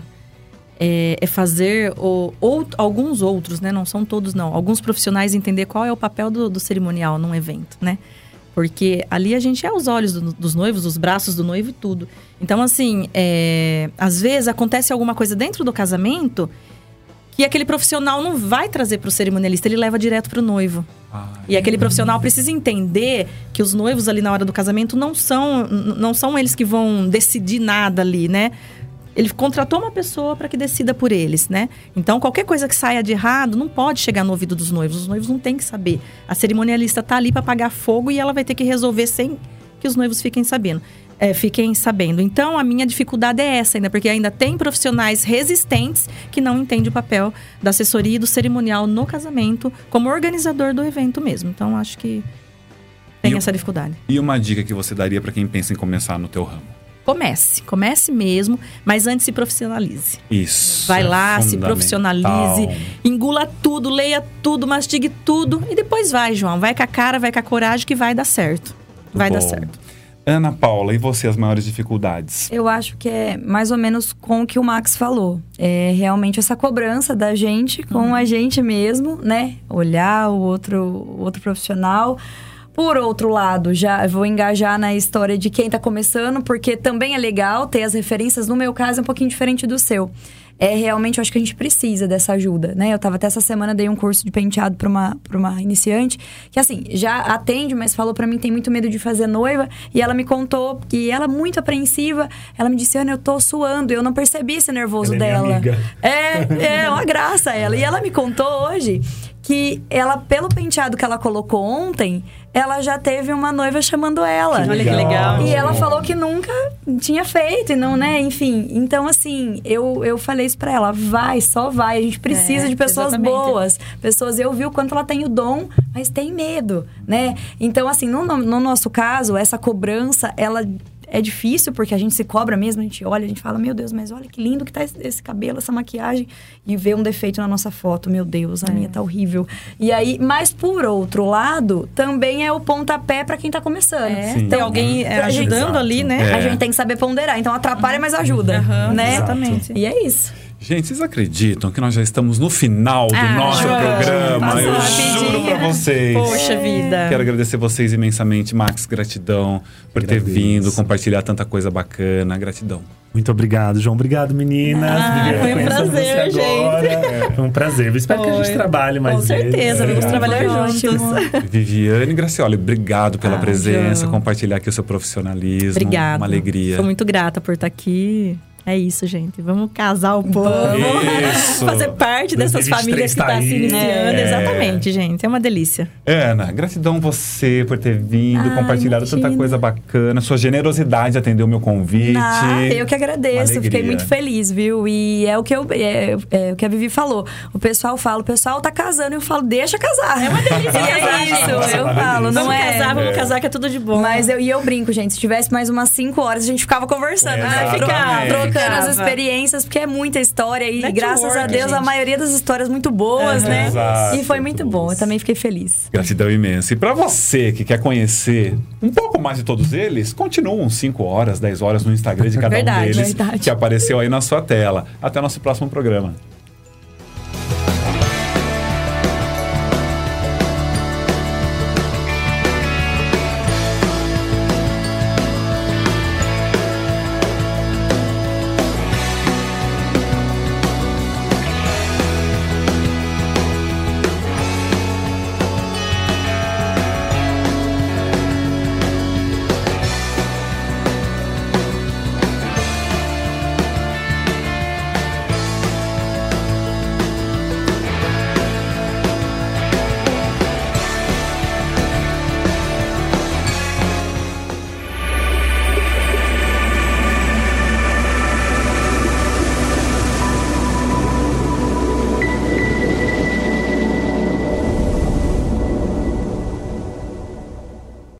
é, é fazer o, ou, alguns outros, né? Não são todos, não. Alguns profissionais entender qual é o papel do, do cerimonial num evento, né? Porque ali a gente é os olhos do, dos noivos, os braços do noivo e tudo. Então, assim, é, às vezes acontece alguma coisa dentro do casamento que aquele profissional não vai trazer para o cerimonialista, ele leva direto para o noivo. Ai, e aquele profissional precisa entender que os noivos ali na hora do casamento não são, não são eles que vão decidir nada ali, né? Ele contratou uma pessoa para que decida por eles, né? Então, qualquer coisa que saia de errado não pode chegar no ouvido dos noivos. Os noivos não têm que saber. A cerimonialista tá ali para apagar fogo e ela vai ter que resolver sem que os noivos fiquem sabendo. É, fiquem sabendo. Então, a minha dificuldade é essa ainda, porque ainda tem profissionais resistentes que não entendem o papel da assessoria e do cerimonial no casamento como organizador do evento mesmo. Então, acho que tem e essa dificuldade. E uma dica que você daria para quem pensa em começar no teu ramo? Comece, comece mesmo, mas antes se profissionalize. Isso. Vai lá, se profissionalize, engula tudo, leia tudo, mastigue tudo e depois vai, João. Vai com a cara, vai com a coragem que vai dar certo. Vai Bom. dar certo. Ana Paula, e você, as maiores dificuldades? Eu acho que é mais ou menos com o que o Max falou. É realmente essa cobrança da gente com uhum. a gente mesmo, né? Olhar o outro, o outro profissional. Por outro lado, já vou engajar na história de quem tá começando, porque também é legal ter as referências. No meu caso, é um pouquinho diferente do seu. É realmente, eu acho que a gente precisa dessa ajuda, né? Eu tava até essa semana, dei um curso de penteado pra uma, pra uma iniciante, que assim, já atende, mas falou pra mim, tem muito medo de fazer noiva, e ela me contou que ela, muito apreensiva, ela me disse, Ana, eu tô suando, eu não percebi esse nervoso ela dela. É, minha amiga. é, é uma graça ela. E ela me contou hoje que ela, pelo penteado que ela colocou ontem, ela já teve uma noiva chamando ela. Que Olha que legal. E ela falou que nunca tinha feito, e não, né? Enfim, então assim, eu, eu falei isso pra ela, vai, só vai. A gente precisa é, de pessoas exatamente. boas. Pessoas, eu vi o quanto ela tem o dom, mas tem medo, né? Então assim, no, no nosso caso, essa cobrança, ela... é difícil, porque a gente se cobra mesmo, a gente olha, a gente fala, meu Deus, mas olha que lindo que tá esse, esse cabelo, essa maquiagem, e vê um defeito na nossa foto, meu Deus, a é. minha tá horrível. E aí, mas por outro lado, também é o pontapé pra quem tá começando. É. Tem então, alguém é, ajudando gente, ali, né? É. A gente tem que saber ponderar, então atrapalha, mas ajuda, uhum, né? Exatamente. E é isso. Gente, vocês acreditam que nós já estamos no final do ah, nosso João, programa? Eu juro pra vocês. Poxa vida. Quero agradecer vocês imensamente. Max, gratidão por ter vindo, compartilhar tanta coisa bacana. Gratidão. Muito obrigado, João. Obrigado, meninas. Ah, foi um prazer, gente. É, foi um prazer. Eu espero foi. que a gente trabalhe mais vezes. Com certeza, vamos trabalhar juntos. Viviane Gracioli, obrigado pela ah, presença, João. Compartilhar aqui o seu profissionalismo. Obrigada. Uma alegria. Sou muito grata por estar aqui. É isso, gente. Vamos casar o povo. Isso. Fazer parte dessas famílias que estão tá se iniciando. É. Exatamente, gente. É uma delícia. Ana, gratidão você por ter vindo, Ai, compartilhado imagina. tanta coisa bacana. Sua generosidade de atender o meu convite. Ah, eu que agradeço. Fiquei muito feliz, viu? E é o que, eu, é, é o que a Vivi falou. O pessoal fala, o pessoal tá casando. Eu falo, deixa casar. É uma delícia. E é isso. Nossa, eu falo, não vamos é. casar, vamos é. casar, que é tudo de bom. Mas eu, e eu brinco, gente. Se tivesse mais umas cinco horas, a gente ficava conversando. É, né? Ficar trocando trocando as Tava. experiências, porque é muita história. E Network, graças a Deus, gente. a maioria das histórias muito boas, Uhum. né? Exato. E foi muito bom. Eu também fiquei feliz. Gratidão imensa. E para você que quer conhecer um pouco mais de todos eles, continuam cinco horas, dez horas no Instagram de cada Verdade, um deles verdade. que apareceu aí na sua tela. Até o nosso próximo programa.